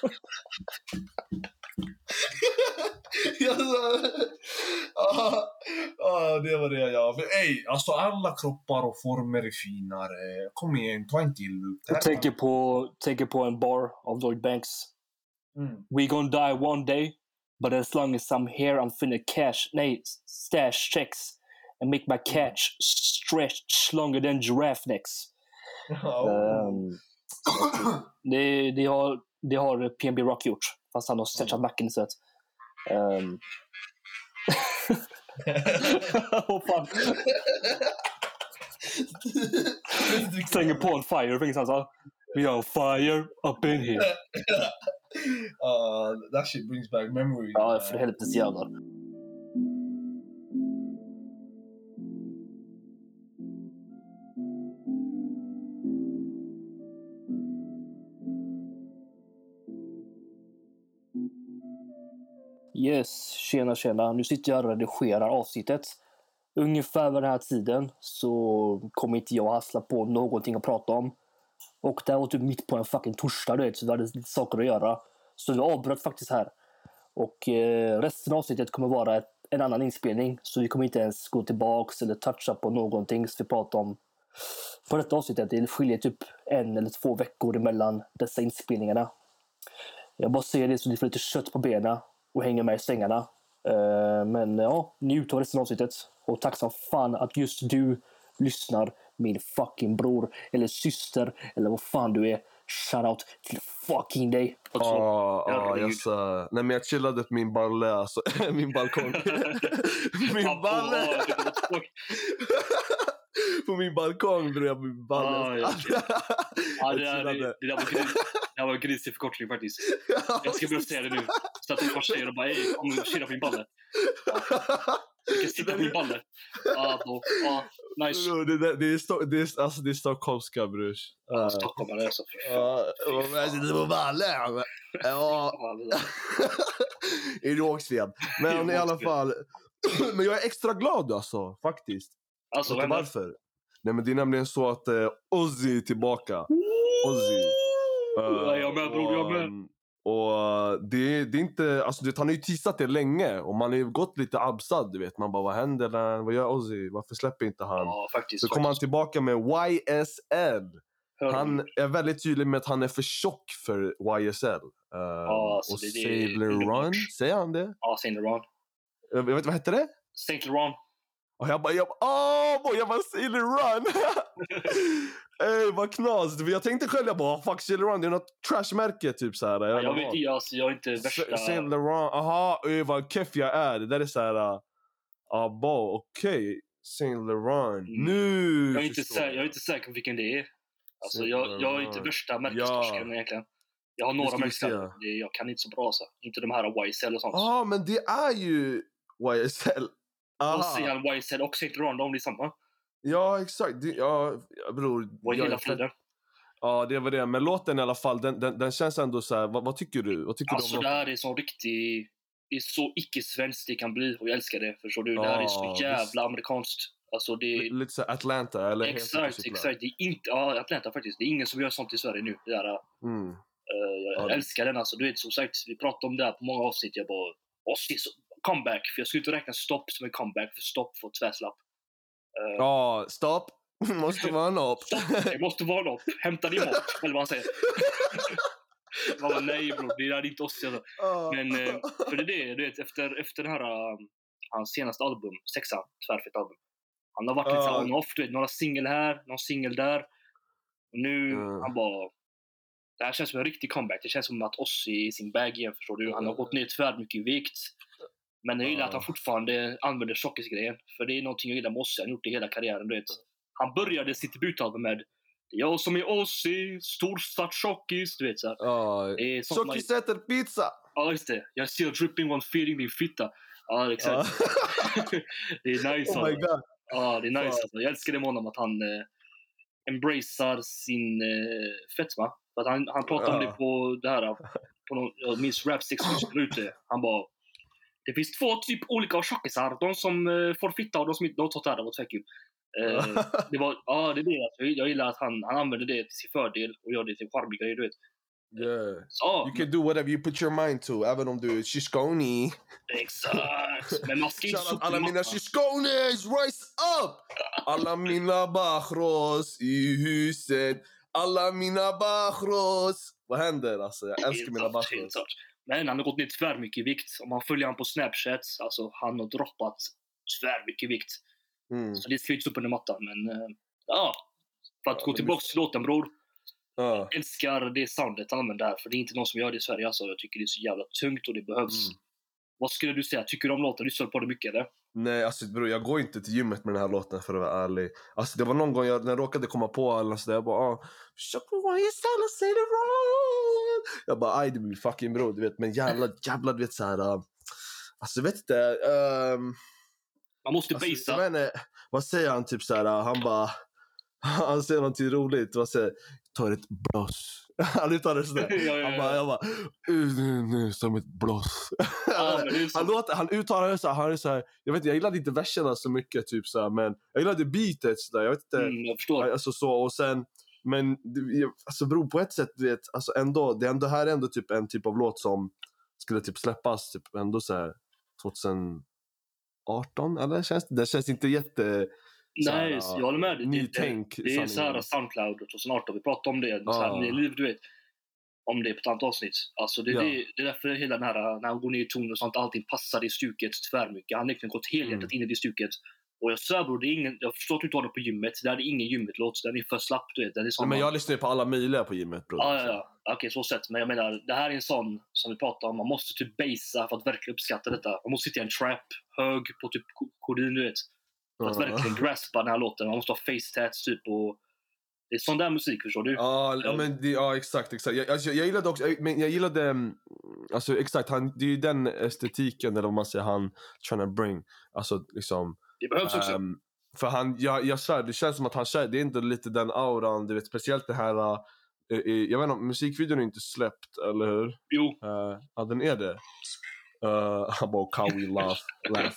Ja, ah, det var det, ja. Men ey, alltså alla kroppar och former är finare. Kom igen, ta inte illa upp. Jag tänker på, tänker på en bar av Lloyd Banks. Mm. We gonna die one day, but as long as I'm here I'm finna cash, nej, stash checks and make my catch stretch longer than giraffe necks. Oh. Um, det, det, har, det har P N B Rock gjort, fast han har stretchat nacken istället. Um, Åh fan. Stänger på en fire för ingenstans. We are on fire up in here. uh, that shit brings back memories. Ja, för helvetes jävlar. Yes, tjena tjena. Nu sitter jag och redigerar avsnittet. Ungefär vid den här tiden så kommer inte jag hassla på någonting att prata om. Och det var typ mitt på en fucking torsdag, du vet, så vi hade lite saker att göra. Så vi avbröt faktiskt här. Och eh, resten av avsnittet kommer vara ett, en annan inspelning. Så vi kommer inte ens gå tillbaks eller toucha på någonting som vi pratar om på detta avsnittet. Det skiljer typ en eller två veckor emellan dessa inspelningarna. Jag bara säger det så ni får lite kött på benen och hänger med i svängarna. Uh, men ja, njut av resten av avsnittet. Och tack som fan att just du lyssnar, min fucking bror eller syster eller vad fan du är. Shoutout till fucking dig. Ja, ja, jag sa... Nej, men jag chillade på min balle, alltså. Min balkong. Min balle! På min balkong började jag på min balle. Ah, ja, ja, det, där, det, det där var gris. Det där var grisig förkortning faktiskt. Jag ska börja säga det nu. Så att de får säga och bara, ey, kom och chilla på min balle. Ja. Jag kan sitta på min balle. Ja, då. Ja, nice. Det, det, det, är sto- det, är, alltså, det är stockholmska, brus. Ja, Stockholm är det så. Ja, jag sitter på balle. Ja. I Rågsved. Men i alla fall. Men jag är extra glad alltså, faktiskt. Alltså, vem varför? Nej, men det är nämligen så att uh, Ozzy är tillbaka. Ozzy. Uh, ja, jag med, bror, jag med. Och uh, det, det är inte, alltså det, han har ju teasat det länge. Och man har ju gått lite absad, du vet. Man bara, vad händer där? Vad gör Ozzy? Varför släpper inte han? Ja, faktiskt. Så kommer han tillbaka med Y S L. Han är väldigt tydlig med att han är för tjock för Y S L. Uh, ja, och det, Saint det, Laurent, säger han det? Ja, Saint Laurent. Jag vet, vad heter det? Saint Laurent. Och jag bara, jag bara, åh, boy, jag bara, Sailor Run. Ey, vad knas. Jag tänkte själv, jag bara, fuck, Sailor Run, det är något trashmärke, typ så här. Ja, jag vet inte, alltså, jag är inte värsta... Sailor Run, aha, öj, vad keff jag är. Det där är så här, ja, uh, bo, okej. Okay. Sailor Run, mm. nu. Jag är, inte säker, jag är inte säker på vilken det är. Alltså, jag, jag är inte värsta märkestorsken ja. Egentligen. Jag har några märken, jag kan inte så bra så. Inte de här Y S L och sånt. Ja, ah, men det är ju Y S L. Och sen Y S L och Saint Laurent, de är samma. Ja, exakt. Det, ja, bror. Vad hela tiden. Ja, det var det. Men låten i alla fall, den, den, den känns ändå så här. Vad, vad tycker du? Vad tycker alltså, du om det här är så riktigt... Det är så icke-svenskt det kan bli. Och jag älskar det. Förstår du? Ja, det här är så jävla visst. Amerikanskt. Alltså, det är... Lite så Atlanta, eller? Exakt, exakt. Det är inte... Ja, Atlanta faktiskt. Det är ingen som gör sånt i Sverige nu. Det där, mm. uh, jag ja. älskar den. Alltså, du vet, som sagt, vi pratade om det här på många avsnitt. Jag bara... Åh, så... comeback, för jag skulle inte räkna stopp som en comeback, för stopp får tvärslapp. Ja, uh, oh, stopp. Måste vara en upp. Stopp, det måste vara en upp. Hämta din mat, eller vad han säger. Man bara, nej bror, det är inte oss. Alltså. Uh. Men, för det är det, du vet, efter, efter den här, um, hans senaste album, sexan, tvärfett album. Han har varit uh. lite så on-off, du vet, några singel här, någon singel där. Och nu, uh. han bara... Det här känns som en riktig comeback. Det känns som att Ozzy är i sin bag igen, förstår du. Han har gått ner tvär mycket i vikt. Men jag gillar att han fortfarande använder tjockisgrejen. För det är någonting jag gillar med Ozzy. Han har gjort det hela karriären, du vet. Han började sitt debutalbum med det är jag som är Ozzy, stor svart tjockis, du vet så här. Uh, tjockis man... äter pizza! Ja, just det. Jag ser dripping one feeding din fitta. Ja, exakt. Uh. Det är nice. Oh my God. Ja, det är nice. Alltså. Jag älskar det med honom att han eh, embracear sin eh, fetma. För att han, han pratade uh. om det på det här, på någon, jag minns Rap Six ute. Han bara, det finns två typ olika tjockisar. De som uh, får fitta och de som inte har tagit det. var tvekul. Uh, det var, ja, det är det. Alltså, jag gillar att han, han använder det till sin fördel och gör det till charmig grej, du vet. Yeah. Så, you can do whatever you put your mind to, även om du är syskoni. Exakt. Men man ska inte så alla mina syskonis, rise up! Alla mina bachros i huset. Alla mina bachros. Vad händer alltså? Jag älskar mina bachros. Men han har gått ner tvär mycket i vikt. Om man följer han på Snapchat, alltså han har droppat tvär mycket i vikt. Mm. Så det flyts upp under mattan. Men uh, ja, för att ja, gå tillbaka till låten, bror. Ja. Jag älskar det soundet han använder där. För det är inte någon som gör det i Sverige. Alltså, jag tycker det är så jävla tungt och det behövs. Mm. Vad skulle du säga? Tycker du om låten? Lyssnar du på det mycket, eller? Nej, alltså bro, jag går inte till gymmet med den här låten för att vara ärlig. Alltså det var någon gång jag, när jag råkade komma på eller så där, jag bara ah, jag bara aj, det blir fucking bro, du vet. Men jävla, jävla, du vet såhär uh, alltså vet inte um, man måste alltså, basa. Jag vet inte, vad säger han typ såhär, uh, han bara han säger någonting roligt, vad säger ta ett blås. Han uttalar det sådär. ja, ja, ja. Han bara, jag bara nu som ett blås. Ja, han, låter, han uttalar det så här, han är så här, jag vet inte, jag gillade inte verserna så mycket typ så här, men jag gillade beatet så där, jag vet inte. Mm, jag förstår. Alltså så och sen men alltså bro, på ett sätt du vet, alltså ändå det ändå här är ändå typ en typ av låt som skulle typ släppas typ ändå så här tjugoarton eller känns det, det känns inte jätte. Nej, så jag håller med dig. Nytänk, det, det är så här Soundcloud tjugoarton, vi pratade om det, så här, ah. det är liv, du vet. Om det på ett annat avsnitt. Alltså det, ja. det, det är därför hela den här, när han går ner i ton och sånt, allting passar i stuket tvärmycket. Han har liksom gått helhjärtat mm. in i det stuket. Och jag svär bror, det är ingen, jag förstår att du tar det på gymmet, det är ingen gymmetlåt, den är för slapp, du vet. Den är sån men man... jag lyssnar ju på alla möjliga på gymmet bror. Ja, ja, ja. Okej, okay, så sett. Men jag menar, det här är en sån som vi pratar om, man måste typ basa för att verkligen uppskatta detta. Man måste sitta i en trap, hög på typ kodin, du vet. För att verkligen graspa den här låten. Man måste ha face tats typ och det är sån där musik, förstår du? Ja, ja men det, ja exakt exakt. Jag, alltså, jag gillade också, men jag gillade alltså exakt han, det är ju den estetiken eller vad man säger han trying to bring, alltså liksom det behövs också. Um, för han jag jag svär, det känns som att han kör, det är inte lite den auran, du vet, speciellt det här uh, uh, jag vet inte, musikvideon är inte släppt eller hur? Jo. Uh, ja, den är det. Uh, han bara Kawi laugh laugh.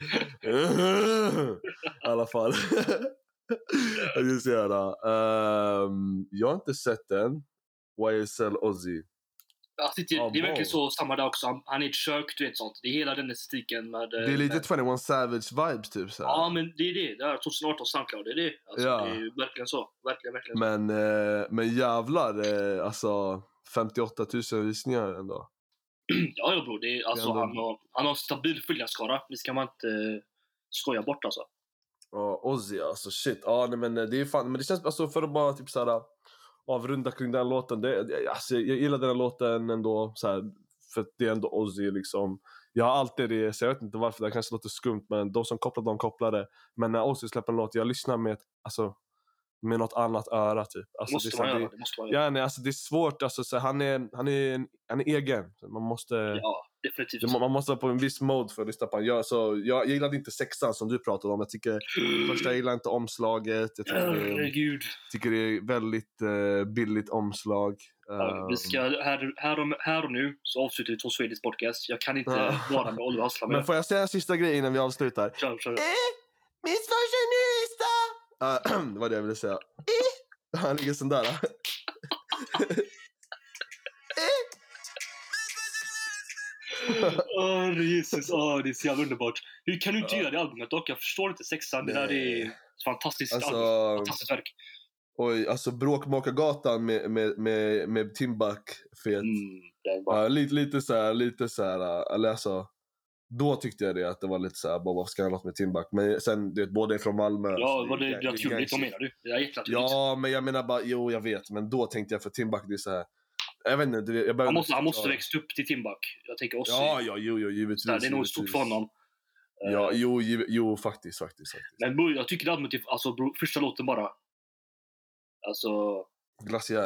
I alla fall. Jag ska säga um, jag har inte sett den. Y S L Ozzy. Alltså, det, oh, det är verkligen så samma där också. Han, han är ett kök, du vet sånt. Det är hela den estetiken med... Det är lite med, tjugoett Savage vibes typ så här. Ja, men det är det. Det är tjugoarton Soundcloud, det är det. Alltså, ja. Det är verkligen så. Verkligen, verkligen men, så. Eh, men jävlar, eh, alltså femtioåtta tusen visningar ändå. Ja, ja bror. Det är, alltså, det är ändå... han, har, han har en stabil följarskara. Det ska man inte eh, skoja bort alltså. Ja, Ozzy alltså shit. Ja, nej, men det är fan, men det känns alltså för att bara typ så här avrunda kring den låten. Det, det, alltså, jag gillar den här låten ändå så här, för det är ändå Ozzy liksom. Jag har alltid det, så jag vet inte varför, det kanske låter skumt, men de som kopplar, de kopplar det. Men när Ozzy släpper en låt, jag lyssnar med alltså med något annat öra typ. Alltså, måste det, man det, göra, det måste man göra. Ja, nej, alltså det är svårt alltså, så han är han är en, han är egen. Man måste Ja, definitivt. Man måste vara på en viss mode för att lyssna på han. Jag, så, jag, jag gillade inte sexan som du pratade om. Jag tycker första jag gillar inte omslaget. Jag tycker, Herregud. jag tycker det är väldigt uh, billigt omslag. Ja, vi ska, här, här, och, här och nu så avslutar vi två Swedish podcast. Jag kan inte vara med Oliver Hassla med. Men får jag säga en sista grej innan vi avslutar? Kör, kör. Eh, miss fashionista! Uh, det var det jag ville säga. Eh. Han ligger sån där. Åh oh, Jesus, oh, det är så jävla underbart. Hur kan du inte gilla det albumet dock? Jag förstår inte sexan. Det där är ett fantastiskt alltså, album. Fantastiskt verk. Oj, alltså Bråkmakargatan med, med, med, med Timbuk fet. Mm, det är bara... uh, lite, lite så här, lite så här, eller alltså, då tyckte jag det att det var lite så här, bara vad ska jag ha något med Timbuk? Men sen, det båda är från Malmö. Ja, var det naturligt, vad menar du? Det är jättenaturligt. Ja, men jag menar bara, jo jag vet, men då tänkte jag för Timbuk, det är så här. Jag vet inte, jag började, han måste, han måste växa upp till Timbuk. Jag tänker också. Ja, ja, jo, jo, givetvis. Det är nog stort för honom. Ja, jo, jo, jo faktiskt, faktiskt, faktiskt. Men bro, jag tycker det albumet, alltså bro, första låten bara. Alltså... Glaciär.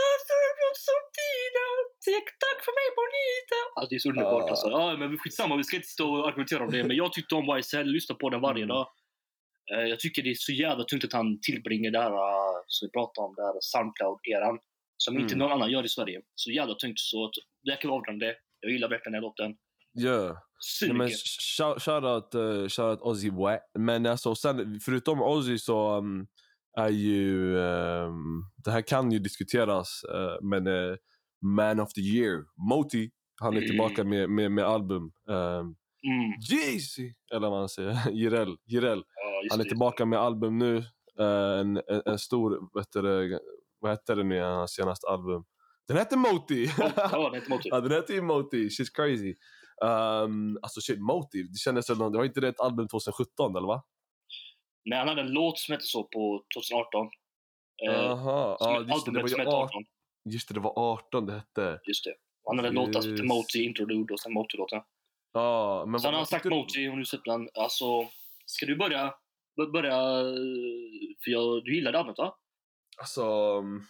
Tack för mig, Bonita. Alltså det är så underbart. Ah. Alltså. Ja, men skitsamma, vi ska inte stå och argumentera om det. Men jag tyckte om Y S L, lyssna på den varje dag. Uh, jag tycker det är så jävla tungt att han tillbringar det här, uh, som vi pratade om, det här Soundcloud-eran. Som mm. inte någon annan gör i Sverige. Så jävla tungt, så att det kan vara det. Jag gillar verkligen den här låten. Yeah. Ja. Men shoutout uh, shout Ozzy. Men alltså sen, förutom Ozzy så um, är ju um, det här kan ju diskuteras, uh, men uh, Man of the Year Moti, han är mm. tillbaka med, med, med album um, mm. Jeezy, eller vad man säger. Jireel, Jireel. Ja, han är tillbaka med album nu, uh, en, en, en stor, vet du, vad hette det nu, hans senaste album? Den heter Moti. Ja, den heter Moti. Ja, den heter ju Moti. She's crazy. Um, alltså shit, Moti. Det kändes som, det var inte det ett album tjugohundrasjutton eller va? Men han hade en låt som hette så på tjugo arton. Jaha, som ja ett just det, det albumet var som ju hette arton. arton. Just det, det var arton det hette. Just det. Han hade en låt alltså till Moti, Interlude och sen Moti-låten. Ja, men Sen vad- har han sagt tyckte- Moti och nu släppte han. Alltså, ska du börja? b- Börja, för jag, du gillade albumet va? Alltså, mm,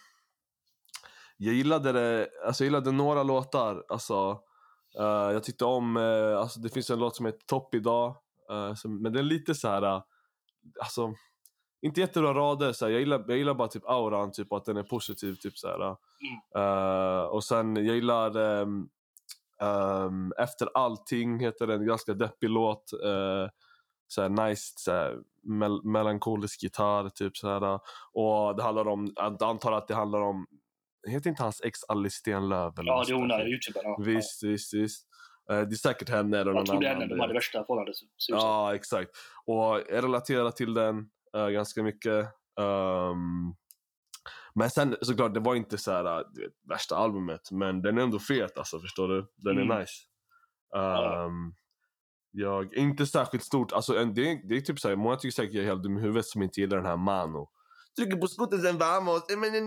jag gillade det, alltså jag gillade några låtar, alltså eh, jag tyckte om, eh, alltså det finns en låt som heter Topp idag, eh, som, men den är lite så här, eh, alltså inte jättebra rader, så här, jag, gillar, jag gillar bara typ auran, typ att den är positiv, typ så här. Eh, och sen jag gillar ehm, ehm, Efter allting heter den, ganska deppig låt, eh, så här nice, så här, mel- melankolisk gitarr typ så här. Och det handlar om, jag antar att det handlar om, heter inte hans ex Alice Stenlöf eller Ja, något det är hon sånt där, där? youtubern. Ja. Visst, visst, visst. Eh, det är säkert henne eller Jag någon tror det är annan. henne, de du hade vet. värsta förhållandet. Ja, exakt. Och jag relaterar till den eh, ganska mycket. Ehm, men sen såklart, det var inte så här, du vet, värsta albumet, men den är ändå fet alltså, förstår du? Den är Mm. nice. Ehm, jag inte särskilt stort, alltså en, det, är, det är typ såhär, många tycker säkert jag är helt dum i huvudet som inte gillar den här Mano. Trycker på skottet sen vamos.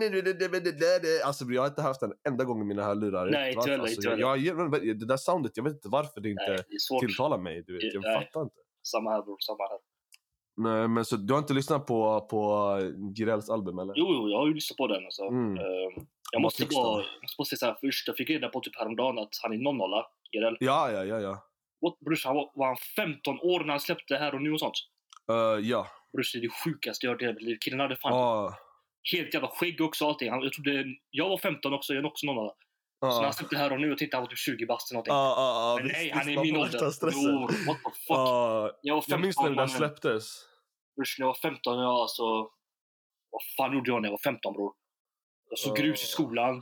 Alltså jag har inte haft den enda gång i mina hörlurar. Nej, inte heller, alltså, inte jag, heller. jag, jag, det där soundet, jag vet inte varför det inte Nej, det är svårt. tilltalar mig, du vet. Jag Nej. fattar inte. Samma här bror, samma här. Nej, men så du har inte lyssnat på, på Girells album eller? Jo, jo, jag har ju lyssnat på den alltså. Mm. Ehm, jag Vad måste tycks bara, då? jag måste bara säga så här först. Jag fick reda på typ häromdagen att han är noll noll, Gerell. Ja, ja, ja, ja. What, brors, han var, var han femton år när han släppte Här och Nu och sånt? Uh, ja. Brors, det är det sjukaste jag har hört i hela mitt liv. Killen hade fan Ah, helt jävla skägg också och allting. Han, jag trodde, jag var femton också, jag är också noll noll. Så när ah, han släppte Här och Nu och tittade, han var typ tjugo bast eller någonting. ah, ah, ah, Men visst, nej, visst, han är man min får ålder. värsta stressen. Bror, what the fuck. Ah, jag var femton, jag minns när den där mannen. släpptes. Brors, när jag var femton, jag alltså... Vad fan gjorde jag när jag var femton, bror? Jag såg Ah. grus i skolan.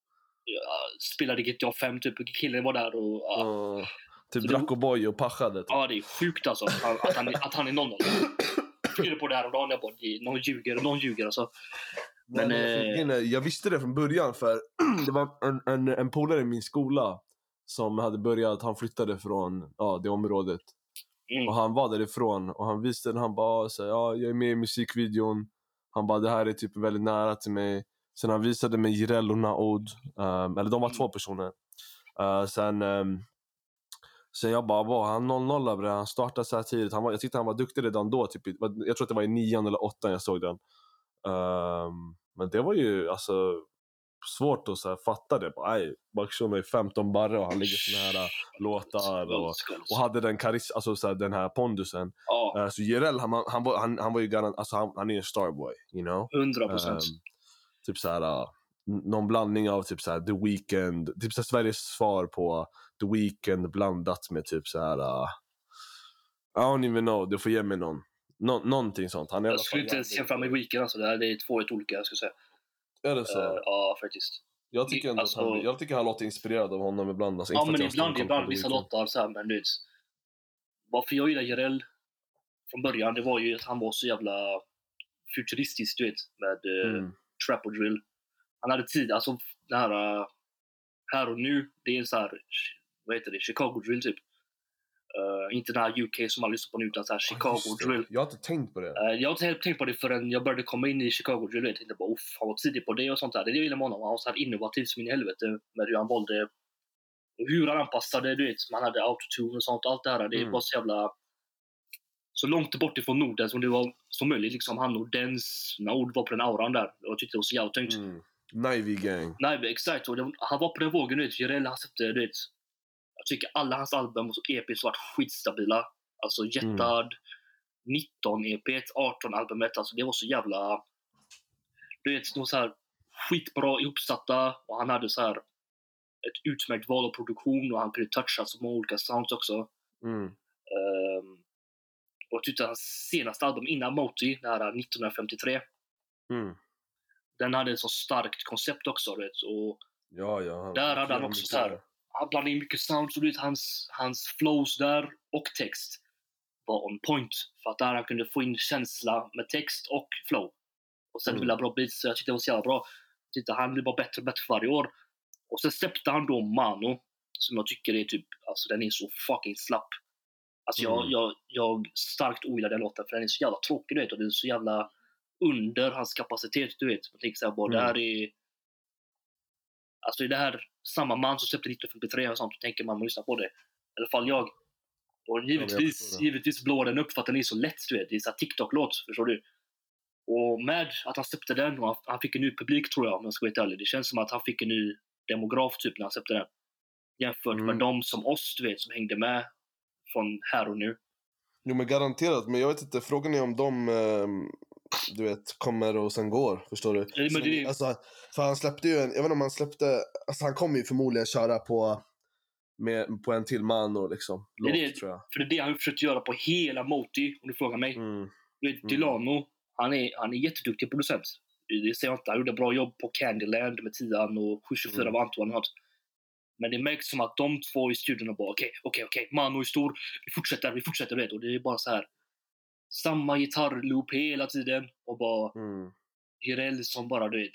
Jag spelade G T A fem, typ. Killen var där och... ja. Ah, typ Så drack det- och boy och pachade. Typ. Ja, det är sjukt alltså. Att han, att han, att han är noll noll. Jag fick reda på det här om dagen. Jag bara, någon ljuger, någon ljuger alltså. Men, Men, eh, grejen är, jag visste det från början, för det var en, en, en polare i min skola som hade börjat, han flyttade från ja, det området. Mm. Och han var därifrån och han visste den, han bara så här, ja, jag är med i musikvideon. Han bara, det här är typ väldigt nära till mig. Sen han visade mig Jireel och Naoud, um, eller de var Mm. två personer. Uh, sen, um, sen jag bara, var han noll noll bre? Han startade så här tidigt. Han var, jag tyckte han var duktig redan då. Typ, i- jag tror att det var i nian eller åttan jag såg den. Um, men det var ju alltså svårt att så här, fatta det. Bara, nej, Bakshow är femton barre och han ligger såna här äh, låtar och, Skulls. och hade den karis, alltså så här, den här pondusen. Ja, Uh, så Jireel, han, han, var, han, han var ju garant, alltså han, han är ju en starboy, you know. hundra procent. Um, typ så här, uh, n- någon blandning av typ så här, The Weeknd, typ så här, Sveriges svar på The Weeknd blandat med typ så här. Uh, I don't even know, du får ge mig någon. Nå- någonting sånt. Han är i alla Jag skulle fall inte ens jävligt- jämföra med Weekend alltså. Det här det är två helt olika, jag skulle säga. Är det så? Eh, ja, faktiskt. Jag tycker ändå Alltså- att han, jag tycker han låter inspirerad av honom ibland. Alltså, Ja, inte för men att jag har ibland, stor koll ibland på vissa The Weeknd. låtar så här, men du vet. Varför jag gillar Jireel från början, det var ju att han var så jävla futuristisk, du vet, med eh, Mm. trap och drill. Han hade tid, alltså det här uh, Här och Nu, det är så här, vad heter det, Chicago drill typ. Uh, inte den här U K som man lyssnar på nu, utan så här Chicago Just det. drill. Jag har inte tänkt på det. Uh, jag har inte helt tänkt på det förrän jag började komma in i Chicago drill. Jag tänkte bara, uff, han var tidig på det och sånt där. Det är det jag gillar med honom. Han var så här innovativ som in i helvete med hur han valde, och hur han anpassade, du vet. Man hade autotune och sånt, allt det här. Det Mm. var så jävla, så långt bort ifrån Norden som det var som möjligt. Liksom han och Dens, Naoud var på den auran där. Jag tyckte det var så jävla tungt. Mm. Navy Gang. Nej, men exakt. Och det, han var på den vågen, du vet. Jireel, han släppte, du vet. Jag tycker alla hans album och så E P så varit skitstabila. Alltså Jättad, nitton E P, arton albumet. Alltså det var så jävla, du vet, de var så här skitbra ihopsatta. Och han hade så här ett utmärkt val av produktion. Och han kunde toucha så många olika sounds också. Mm. Um, och jag tyckte hans senaste album innan Moti, det här nittonhundrafemtiotre. Mm. Den hade ett så starkt koncept också, du vet. Och Ja, ja. där hade han också så här, han blandade in mycket sounds och du vet, hans, hans flows där och text var on point. För att där han kunde få in känsla med text och flow. Och sen Mm. ville bra beats, så jag tyckte det var så jävla bra. Jag tyckte han blev bara bättre och bättre för varje år. Och sen släppte han då Mano, som jag tycker är typ, alltså den är så fucking slapp. Alltså jag, Mm. jag, jag starkt ogillar den låten för den är så jävla tråkig, du vet, och det är så jävla under hans kapacitet, du vet. Jag tänker så här, bara, Mm. det här är alltså är det här samma man som släppte nittonhundrafemtiotre och sånt, då tänker man, man lyssnar på det. I alla fall jag. Och givetvis, Ja, givetvis blår den upp för att den är så lätt, du vet. Det är så här TikTok-låt, förstår du? Och med att han släppte den, och han, han fick en ny publik, tror jag, om jag ska vara helt ärlig. Det känns som att han fick en ny demograf typ när han släppte den. Jämfört Mm. med de som oss, du vet, som hängde med från här och nu. Jo men garanterat, men jag vet inte, frågan är om de eh, du vet, kommer och sen går, förstår du? Nej, men det är- Alltså, för han släppte ju en, jag vet inte om han släppte, alltså han kommer ju förmodligen köra på med, på en till man och liksom, Det är låt, det. tror jag. För det är det han har försökt göra på hela Moti, om du frågar mig. Mm. Du vet, Mm. Delano, han är, han är jätteduktig producent. Det det säger jag inte. Han gjorde bra jobb på Candyland med Tian och sju tjugofyra Mm. av Antoine och sånt. Men det märks som att de två i studion och bara okej, okej, okej, Mano är stor. Vi fortsätter, vi fortsätter, vet. Och det är bara så här samma gitarrloop hela tiden. Och bara Mm. Jireel som bara, du vet.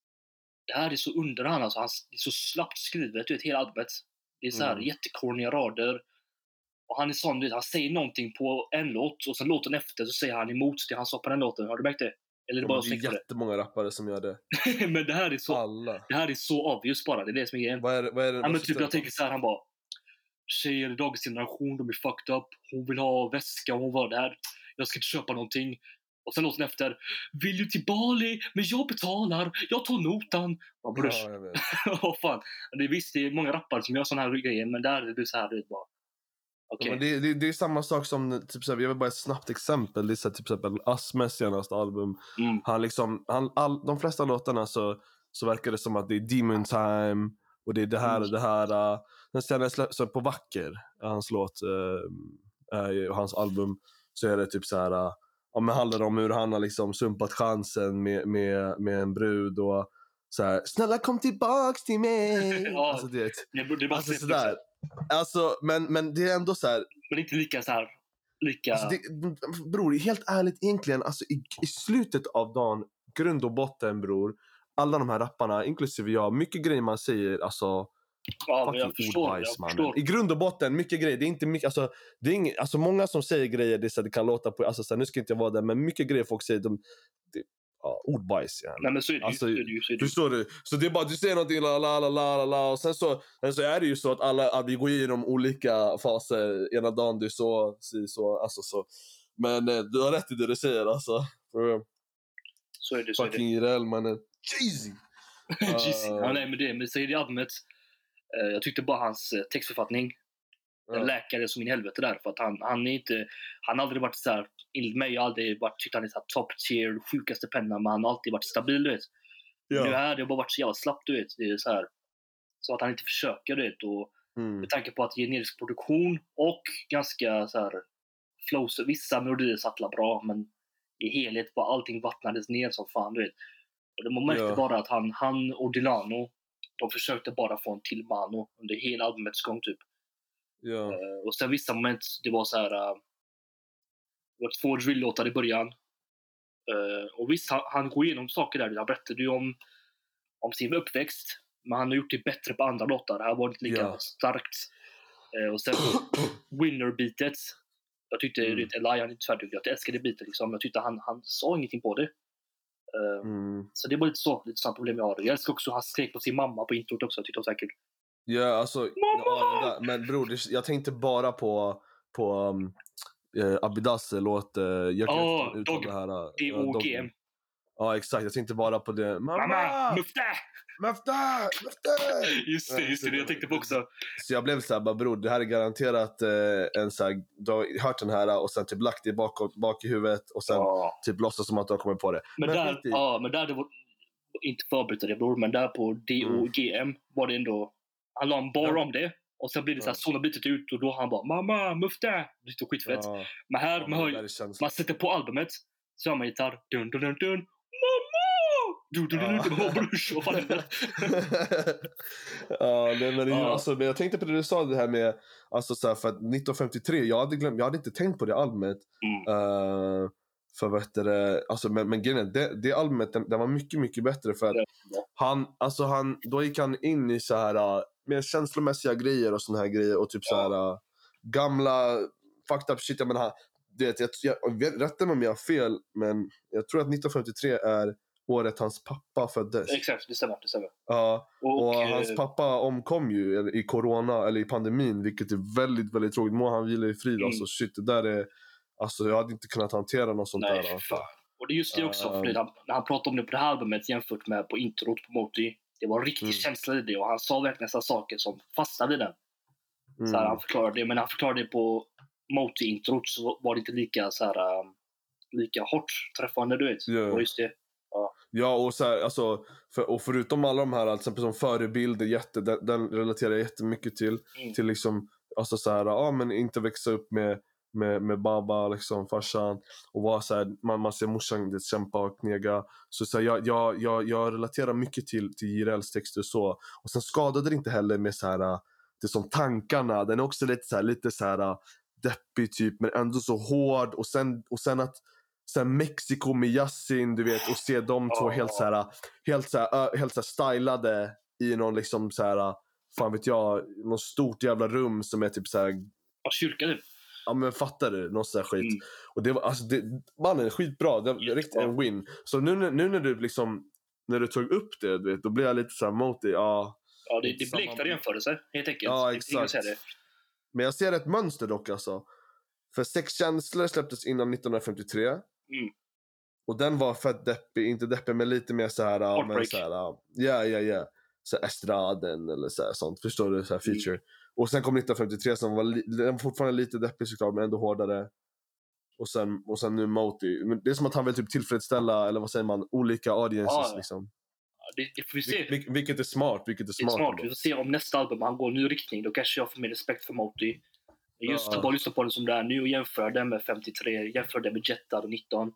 Det här är så under han, alltså. Han, det är så slappt skrivet, du vet, hela albumet. Det är så här Mm. jättekorniga rader. Och han är sån, du vet, han säger någonting på en låt och sen låten efter så säger han emot det han sa på den låten. Har du märkt det? Eller är det Ja, bara men det jag är jättemånga rappare som gör det. det? Men det här är så, Alla. det här är så obvious bara. Det är det som är grejen. Vad är det? Vad är det Ja, men vad typ syftar jag det tänker på? så här, han bara tjejer i dagens generation, de är fucked up. Hon vill ha väska, hon var där. Jag ska inte köpa någonting. Och sen låten efter, vill du till Bali? Men jag betalar, jag tar notan. Ja, brors. Ja, jag vet. Vad fan. Det är visst, det är många rappare som gör såna här grejer, men där är det så här, det är bara okej. Ja, men det, det, det är samma sak som, typ såhär, jag vill bara ett snabbt exempel. Det är såhär, typ exempel Asmes senaste album. Mm. Han liksom, han, all, de flesta låtarna så, så verkar det som att det är Demon Time och det är det här och det här. Uh, men sen så, så på Vacker, hans låt uh, uh, och hans album, så är det typ så här. Uh, ja, men handlar om hur han har liksom sumpat chansen med, med, med en brud och så här, snälla kom tillbaks till mig. Ja. Alltså det, Det, det är bara alltså så sådär. Alltså, men, men det är ändå så här. Men inte lika så här lika Alltså det, bror, helt ärligt egentligen, alltså i, i slutet av dagen, grund och botten, bror, alla de här rapparna, inklusive jag, mycket grejer man säger, alltså ja, men jag fucking förstår, ordbajs, jag mannen. förstår. I grund och botten, mycket grejer, det är inte mycket, alltså det är inget, alltså många som säger grejer, det är så att det kan låta på, alltså så här, nu ska inte jag vara där, men mycket grejer folk säger, de, det, ja, ordbajs, ja. Nej, men så är det ju, Alltså, så är det ju, så är det ju. Förstår du? Så det är bara, du säger någonting, la la la la la la, och sen så, sen så är det ju så att alla, att vi går igenom olika faser. Ena dagen du är så, så, så, alltså så. Men eh, du har rätt i det du säger, alltså. För, Så är det, så är det. fucking Jireel, mannen. Jeezy! Jeezy. Ja, nej, men det, men säger det albumet. Eh, jag tyckte bara hans eh, textförfattning, Ja. en läkare som in i helvete där, för att han, han är inte, han har aldrig varit så här, enligt mig, jag har aldrig varit, tyckt han är så här top tier, sjukaste pennan, men han har alltid varit stabil, du vet. Ja. Nu här, det har bara varit så jävla slappt, du vet. Det är så här, så att han inte försöker, du vet, och Mm. med tanke på att generisk produktion och ganska så här flows, vissa melodier sattlar bra, men i helhet var allting vattnades ner som fan, du vet. Och det man märkte Ja. bara att han, han och Delano, de försökte bara få en till Mano under hela albumets gång typ. Ja. Uh, och sen vissa moment, det var så här, uh, det var två drill-låtar i början. Uh, och visst, han, han går igenom saker där. Han berättade ju om, om sin uppväxt, men han har gjort det bättre på andra låtar. Det här var inte lika Ja. starkt. Uh, och sen Winner-beatet. Jag tyckte, Mm. mm. Eli, han är inte färdig. Jag älskade beatet liksom. Jag tyckte han, han sa ingenting på det. Uh, Mm. Så det var lite så, lite sånt problem jag har. Jag älskar också att han skrek på sin mamma på introt också. Jag tyckte det var säkert. Ja, alltså, ja, det där. Men bror, det, jag tänkte bara på, på um, eh, Abidas låt, eh, jag kan Ja, inte uttala Dog. det här. eh, D ja, O Dog. G M. Ja, exakt. Jag tänkte bara på det. Mamma! Mamma! Mufta! Mufta! Mufta! Just det, just det. Jag tänkte på också. Så jag blev så här, bara bror, det här är garanterat eh, en så här, du har hört den här och sen typ lagt det bak, bak i huvudet och sen Ja. typ låtsas som att du har kommit på det. Men, Men där, skit i. ja, men där det var inte förberett det bror, men där på D O G M var det ändå, han la en bar Ja. om det och sen blir det så här, Ja. såna bytet ut och då han bara mamma, mufta! Det är skitfett. Ja, Men här, ja, man, hör, det där är man känsligt. sätter på albumet, så hör man gitarr, dun dun dun dun, mamma! Du, du, du, du, du, du, brors, vad fan är det? Ja, nej, men, Ja. alltså, men jag tänkte på det du sa, det här med alltså, så här, för att nittonhundrafemtiotre, jag hade, glömt, jag hade inte tänkt på det albumet. Mm. Uh, för vad heter det, alltså, men, men grejen är, det, det albumet, den, den var mycket, mycket bättre för att Ja. han, alltså han, då gick han in i så här uh, mer känslomässiga grejer och såna här grejer och typ så här uh, gamla fucked up shit. Jag menar, det, jag, jag, jag rätta mig om jag har fel, men jag tror att nittonhundrafemtiotre är året hans pappa föddes. Exakt, det stämmer. Det stämmer. Ja, och, och eh, hans pappa omkom ju i corona, eller i pandemin, vilket är väldigt, väldigt tråkigt. Må han vila i frid. Mm. Alltså shit, det där är... Alltså jag hade inte kunnat hantera något sånt Nej, där. Alltså. fan. Och det är just det också, Um, för han, när han pratade om det på det här albumet jämfört med på introt på Moti, det var en riktig Mm. känsla i det, och han sa verkligen sådana saker som fastnade i den. Mm. Så här, han förklarade det, men när han förklarade det på Moti-introt så var det inte lika så här, um, lika hårt träffande, du vet. Ja. Och just det. Ja, och, så här, alltså, för, och förutom alla de här, till exempel som förebilder, jätte, den, den relaterar jag jättemycket till. Mm. Till liksom, alltså så här, ja men inte växa upp med, med, med baba, liksom, farsan. Och vara så här, man, man ser morsan det, kämpa och knega. Så, så här, jag, jag, jag, jag relaterar mycket till, till J R L:s texter så. Och sen skadade det inte heller med så här, det som tankarna. Den är också lite så här, lite så här deppig typ, men ändå så hård. Och sen, och sen att sen Mexiko med Yasin, du vet, och se de två Oh. helt så här, helt så här, helt så här stylade i någon liksom så här, fan vet jag, någon stort jävla rum som är typ så här, Ja, kyrka du. ja men fattar du, någon sån här skit. Mm. Och det var alltså det, mannen, skitbra, det var riktigt en win. Så nu, nu när du liksom, när du tog upp det, du vet, då blev jag lite så här mot det, ja. Ja, det, det bleknar jämförelse, helt enkelt. Ja, Det är ingen exakt. som säger det. Men jag ser ett mönster dock alltså. För Sex känslor släpptes innan nittonhundrafemtiotre. Mm. Och den var fett deppig, inte deppig men lite mer så här, ja, men Heartbreak. så här, ja, ja, ja. Så här Estraden eller så här, sånt, förstår du, så här feature. Mm. Och sen kom nittonhundrafemtiotre som var, li- den var fortfarande lite deppig såklart, men ändå hårdare. Och sen, och sen nu Moti. Men det är som att han vill typ tillfredsställa, eller vad säger man, olika audiences Ja, ja. liksom. Ja, det, det får vi se. Vil- vil- vilket är smart, vilket är Det är smart. smart. ändå. Vi får se om nästa album han går en ny riktning. Då kanske jag får mer respekt för Moti. Just Ja. att bara lyssna på den som det är nu och jämföra den med femtiotre, jämföra den med Jettar och nitton.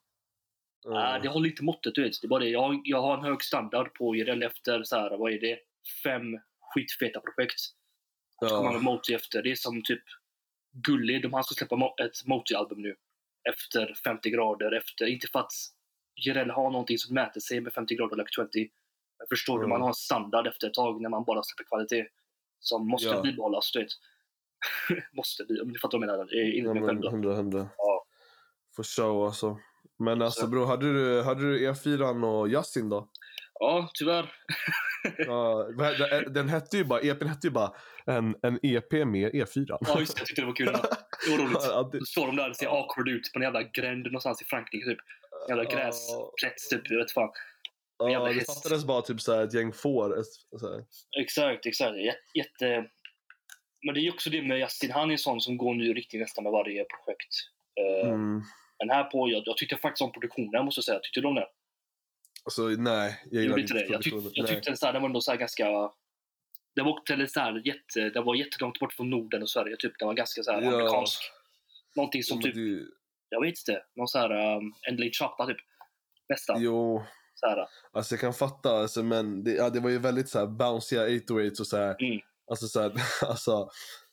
Ja. Äh, det håller inte måttet, du vet. Det är bara det. Jag, jag har en hög standard på J R L efter så här, vad är det? Fem skitfeta projekt. Så kommer man med Moti efter. Det är som typ Gulli. De har ska släppa mo- ett Moti-album nu. Efter femtio grader. Efter, inte för att J R L har någonting som mäter sig med femtio grader eller tjugo. Jag förstår Mm. du, man har en standard efter ett tag när man bara släpper kvalitet. Som måste Ja. bibehållas, du vet. måste bli, om du fattar vad jag menar. Det är Ja, inte men själv då. hundra, hundra. Ja. For show alltså. Men alltså Så. bro, hade du, hade du E fyra och Yasin då? Ja, tyvärr. Ja, den, den hette ju bara, E P:n hette ju bara en, en E P med E fyra. Ja, just det. Jag tyckte det var kul. Det var roligt. Ja, det- Så står de där och ser awkward ut på en jävla gränd någonstans i Frankrike typ. En jävla Ja. gräsplätt typ, jag vet fan. Ja, jävla det häst. fattades bara typ så här ett gäng får. ett- Så här. Exakt, exakt. Jätte, jätte... Men det är ju också det med Yasin. Han är en sån som går ny riktning nästan med varje projekt. Eh, Mm. Men här på, jag, jag tyckte faktiskt om produktionen, måste jag säga. Tyckte du om det? Alltså nej, jag Jag gillar gjorde inte inte det. Jag, tyck, produktionen. jag Nej. tyckte den, så här, den var ändå så här ganska... Den var också så här, jätte, den var jättelångt bort från Norden och Sverige. Typ. Den var ganska så här Ja. amerikansk. Någonting som Jo, typ, men det- jag vet inte. Någon så här um, en late choppa typ. Nästan. Jo, Så här. alltså jag kan fatta, alltså, men det, ja, det var ju väldigt så här bouncy åtta åtta och så här. Mm. Alltså så här, alltså.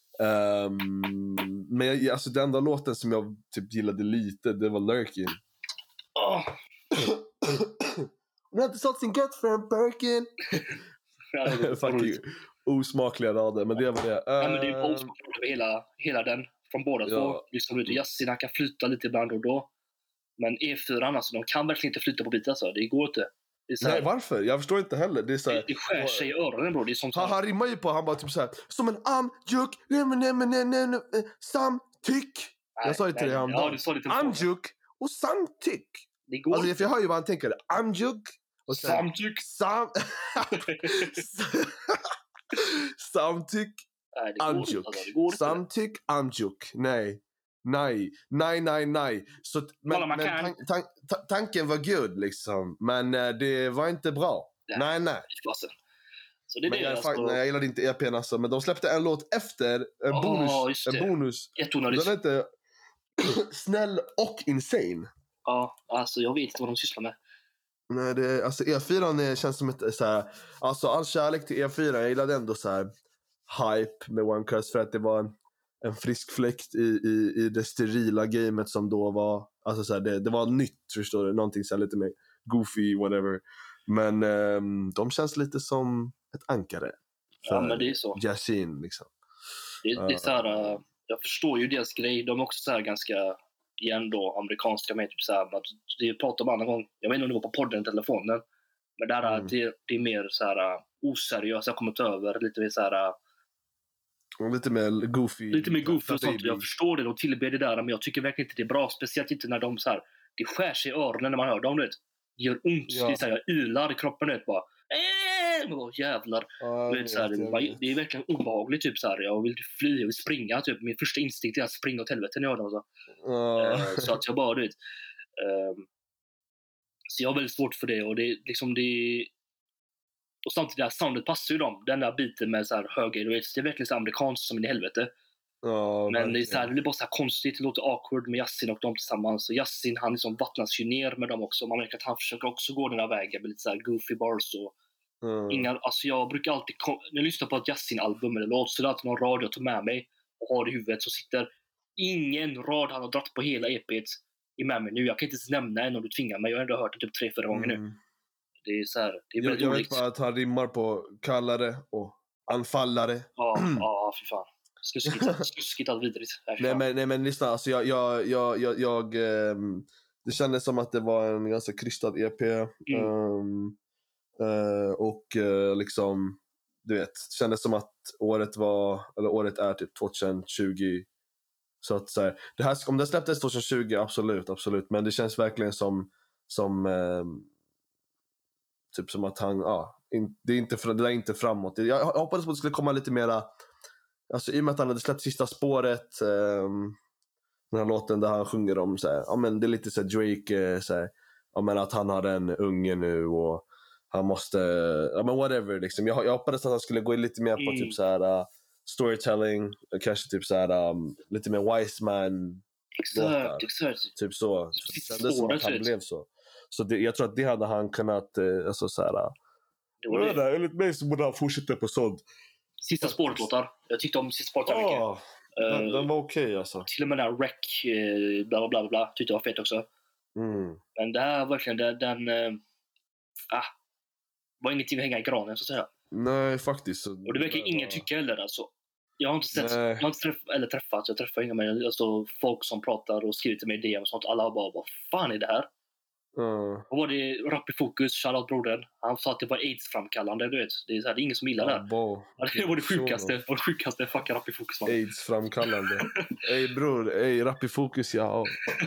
ehm, men jag, alltså den enda låten som jag typ gillade lite, det var Lurkin. Åh! Hon har inte sålt sin gött för en Birkin. Ja, det var Fucking roligt. osmakliga rader, men det var det. Ja, men det är Ehm, Post med hela, hela den. Från båda Ja. två. Liksom ut i Yasin, han kan flyta lite ibland och då. Men E fyra, alltså, de kan verkligen inte flyta på bitar. Alltså. Det går inte. Det, är så här, Nej, varför? Jag förstår inte heller. Det är så här, det, det skär sig i öronen, bror. Det är sånt han, här. han rimmar ju på, han bara typ så här, som en amjuk, samtyck. Jag sa ju till dig Ja, häromdagen. du sa det till mig. Amjuk och samtyck. Det går Alltså inte. för jag hör ju vad han tänker. Amjuk och sen Samtyck. sam... samtyck, Nej, det går inte. amjuk. Alltså, det går inte. Samtyck, amjuk. Nej. Nej, nej, nej, nej. Så, t- men Kolla, man men kan- tan- tan- ta- tanken var good liksom. Men eh, det var inte bra. Nej. Nej, nej. Klassen. Så det är Men det. jag, Alltså, alltså... nej, jag gillade inte E P:n alltså. Men de släppte en låt efter. En Åh, bonus. just En det. bonus. jätteonödigt. Den hette Snäll och Insane. Ja, alltså jag vet inte vad de sysslar med. Nej, det, alltså E fyra är, känns som ett så här, alltså all kärlek till E fyra, jag gillade ändå så här hype med One Curse för att det var en, en frisk fläkt i, i, i det sterila gamet som då var, alltså så här, det, det var nytt, förstår du, någonting så här lite mer goofy, whatever. Men ehm, de känns lite som ett ankare för Ja, men det är så. Yasin liksom. Det, det är så här, uh, jag förstår ju deras grej. De är också så här ganska, igen då, amerikanska med typ så här, att det pratar om andra gång. Jag vet inte om det var på podden eller telefonen. Men där mm. det, det är mer så här oseriösa, jag kommit över lite mer så här. Lite mer goofy. Lite mer goofy och sånt. Jag förstår det, de tillber det där, men jag tycker verkligen inte det är bra. Speciellt inte när de så här, det skär sig i öronen när man hör dem, vet. Det gör ont, ja. Det är så här, jag ylar i kroppen, vet, bara. Äh, bara jävlar. Ja, vet, så här, det, bara, det är verkligen obehagligt, typ så här. Jag vill fly, jag vill springa, typ. Min första instinkt är att springa åt helvete när jag hör dem. Så. Ja. Uh, så att jag bara, vet. Um, så jag har väldigt svårt för det, och det liksom det. Och samtidigt det här soundet passar ju dem. Den där biten med så här höga, det är verkligen så amerikanskt som i helvete. Ja, men det, är så här, det blir bara så här konstigt. Det låter awkward med Yasin och dem tillsammans. Så Yasin, han liksom vattnas ju ner med dem också. Man märker att han försöker också gå den här vägen med lite så här goofy bars och mm. inga, alltså jag brukar alltid, när jag lyssnar på ett Yasin-album eller låt, så är det alltid någon rad jag tar med mig och har i huvudet, så sitter ingen rad han har dratt på hela E P:t i med mig nu. Jag kan inte ens nämna en om du tvingar mig. Jag har ändå hört det typ tre, fyra gånger mm. nu. Det är så här, det är väldigt jag, jag vet bara att han rimmar på kallare och anfallare. Ja, ja, fy fan. Skuskigt, skuskigt allt vidrigt. Nej men, nej men lyssna, alltså jag, jag, jag, jag, jag um, det kändes som att det var en ganska krystad E P. Mm. Um, uh, och uh, liksom, du vet, det kändes som att året var, eller året är typ tjugohundratjugo. Så att så här, det här, om det släpptes tjugohundratjugo, absolut, absolut. Men det känns verkligen som, som um, typ som att han, ja, in, det är inte, det där är inte framåt. Jag, jag hoppades på att det skulle komma lite mera. Alltså i och med att han hade släppt sista spåret, um, den här låten där han sjunger om så här, ja men det är lite så här Drake, så här, ja men att han har en unge nu och han måste, ja men whatever liksom. Jag, jag hoppades att han skulle gå in lite mer på mm. typ så här uh, storytelling, kanske typ så här um, lite mer wise man. Exakt, exakt. Typ så. Så det som att han blev så. Så det, jag tror att det hade han kunnat, uh, alltså så här. Uh, det var det. det enligt mig så borde han fortsätta på sånt. Sista spåret-låtar. Jag tyckte om sista spåret mycket. Oh, den, uh, den var okej okay, alltså. Till och med den här Wreck, uh, bla bla bla bla, tyckte jag var fet också. Mm. Men det här verkligen, den, den uh, ah, var ingenting att hänga i granen så att säga. Nej, faktiskt. Och det verkar var... ingen tycka heller alltså. Jag har inte sett, jag har inte träff, eller träffat, jag träffar inga men alltså folk som pratar och skriver till mig i D M och sånt. Alla bara, vad fan är det här? Uh. Och var det Rap i fokus, shoutout brodern. Han sa att det var AIDS-framkallande, du vet. Det är, så här, det är ingen som gillar uh, det. Ja, det var det sjukaste, det var det sjukaste fucking Rap i fokus. Man. AIDS-framkallande. Ey bror, ey Rap i fokus, ja.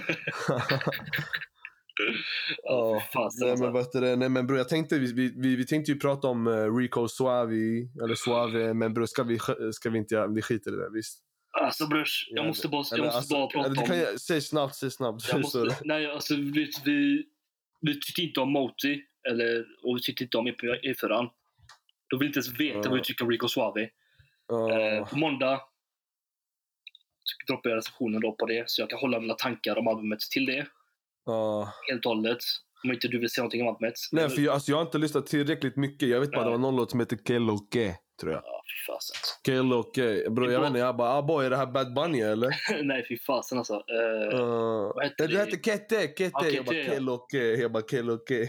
Ja, oh, nej men vad det, nej men bror, jag tänkte vi, vi, vi tänkte ju prata om uh, Rico Suave eller Suave, men bror ska vi ska vi inte göra, vi skiter i det, visst. Alltså brors, jag måste bara jag måste alltså, bara prata om. Kan jag, säg snabbt, säg snabbt. Jag måste, nej alltså vi vi vi tyckte inte om Moti eller och vi tyckte inte om E fyra. Då vill inte ens veta uh. vad vi tycker om Rico Suave. Uh. Eh, på måndag droppar jag recensionen då på det så jag kan hålla mina tankar om albumet till det. Uh. Helt och hållet. Om inte du vill säga någonting om albumet. Nej, för jag, alltså, jag har inte lyssnat tillräckligt mycket. Jag vet bara uh. det var någon låt som heter Keloke, tror jag. Ja, fy fasen. Keloke. Bro, jag vet inte, jag bara, ah boy, är det här Bad Bunny eller? Nej, fy fasen alltså. Uh, uh. Vad heter det? Det heter Kete, Kete. Ah, jag bara, Keloke. Jag bara, Keloke.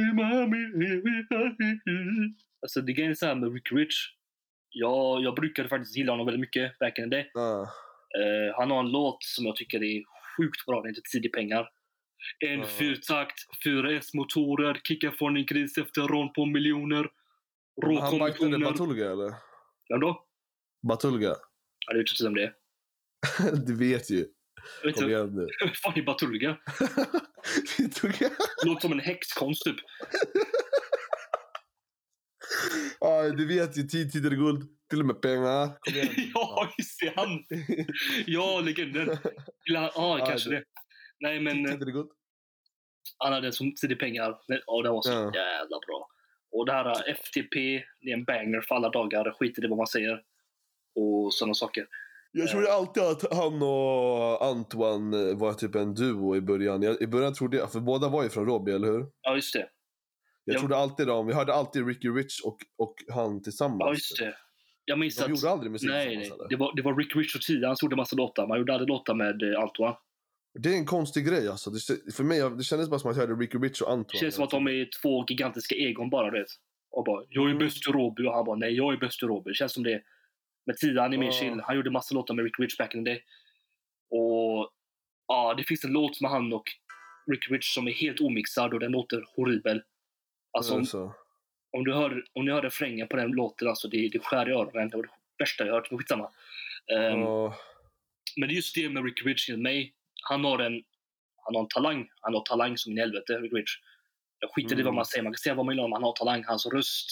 Alltså, det är så här med Rick Rich. Jag, jag brukade faktiskt gilla honom väldigt mycket, back in the day. Uh. Uh, han har en låt som jag tycker är sjukt bra, det är inte tidig pengar. En uh. fyrtakt, fyra S-motorer, kickar från en gris efter rån på miljoner. Han backade Batulga eller? Ja då? Batulga? Ja, du vet inte om det. Du vet ju. Vet Kom igen nu. Vad fan är Batulga? Låter som en häxkonst typ. Ja, du vet ju, tid, tid är guld. Till och med pengar. Kom igen. Ja, just det, han. Ja, legenden. Ja, ah, kanske det. Nej, men... Tid, tid är guld. Han hade som tidig pengar. Ja, det var så ja. Jävla bra. Och det här F T P, det är en banger för alla dagar. Skit i det vad man säger. Och sådana saker. Jag tror alltid att han och Antoine var typ en duo i början. Jag, I början trodde jag, för båda var ju från Robbie, eller hur? Ja, just det. Jag, jag trodde alltid om, vi hörde alltid Ricky Rich och, och han tillsammans. Ja, just det. Jag minns De att... gjorde aldrig musik nej, nej. Det var, det var Ricky Rich och Tia, han gjorde en massa låtar. Man gjorde aldrig låtar med Antoine. Det är en konstig grej alltså. Det, för mig, det kändes bara som att jag hörde Ricky Rich och Antoine. Det känns som att de är två gigantiska egon bara, vet. Och bara, jag är bäst i Robbie. Och han bara, nej, jag är bäst i Robbie. Det känns som det. Med tio han är mer Ja. chill. Han gjorde massa låtar med Rick Rich back in the day. Och ja, det finns en låt med han och Rick Rich som är helt omixad och den låter horribel. Alltså, om, Så. om, du hör, om ni hör refrängen på den låten, alltså det, det skär i öronen. Det var det värsta jag hört, men skitsamma. Um, Ja. Men det är just det med Rick Rich i mig. Han har en, han har en talang. Han har talang som i helvete, Rick Rich. Jag skiter i Mm. vad man säger. Man kan säga vad man vill om. Han har talang. Hans röst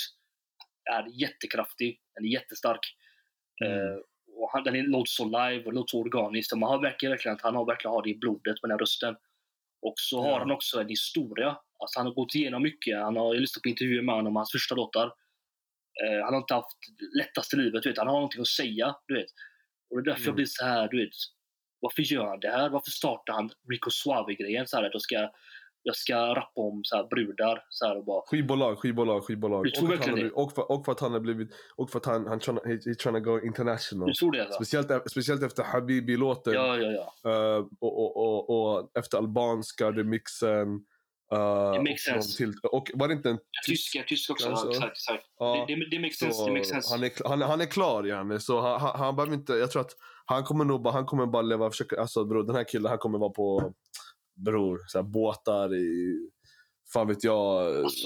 är jättekraftig. Den är jättestark. Mm. Uh, och han, den låter så live och låter så organiskt. Och man har verkligen, verkligen att han har verkligen har det i blodet med den rösten. Och så har Ja. han också en historia. Alltså han har gått igenom mycket. Han har jag lyssnat på intervjuer med honom om hans första låtar. Uh, han har inte haft lättast i livet. Du vet. Han har någonting att säga. Du vet. Och det är därför Mm. jag blir så här, du vet. Varför gör han det här? Varför startar han Rico Suave-grejen? Så här, att jag ska, jag ska rappa om så här, brudar. Så här, och bara... Skivbolag, skivbolag, skivbolag. Du tror Och för, att verkligen han har det? blivit, och, för, och för att han har blivit, och för att han, han trying, he, he's trying to go international. Du tror det? Alltså? Speciellt, e- speciellt efter Habibi-låten. Ja, ja, ja. Uh, och, och, och, och efter albanska remixen. Uh, Det makes och, sense. till, och var det inte en Tyska, tyska också. Alltså, Ja, exakt, exakt. ja, det, det, det makes så sense. Det makes sense. han, är, kl- han, är- han är klar igen. Så han, han, han behöver inte, jag tror att han kommer nog bara, han kommer bara leva, försöka, alltså bror, den här killen, han kommer vara på, bror, så här, båtar i, fan vet jag, Alltså,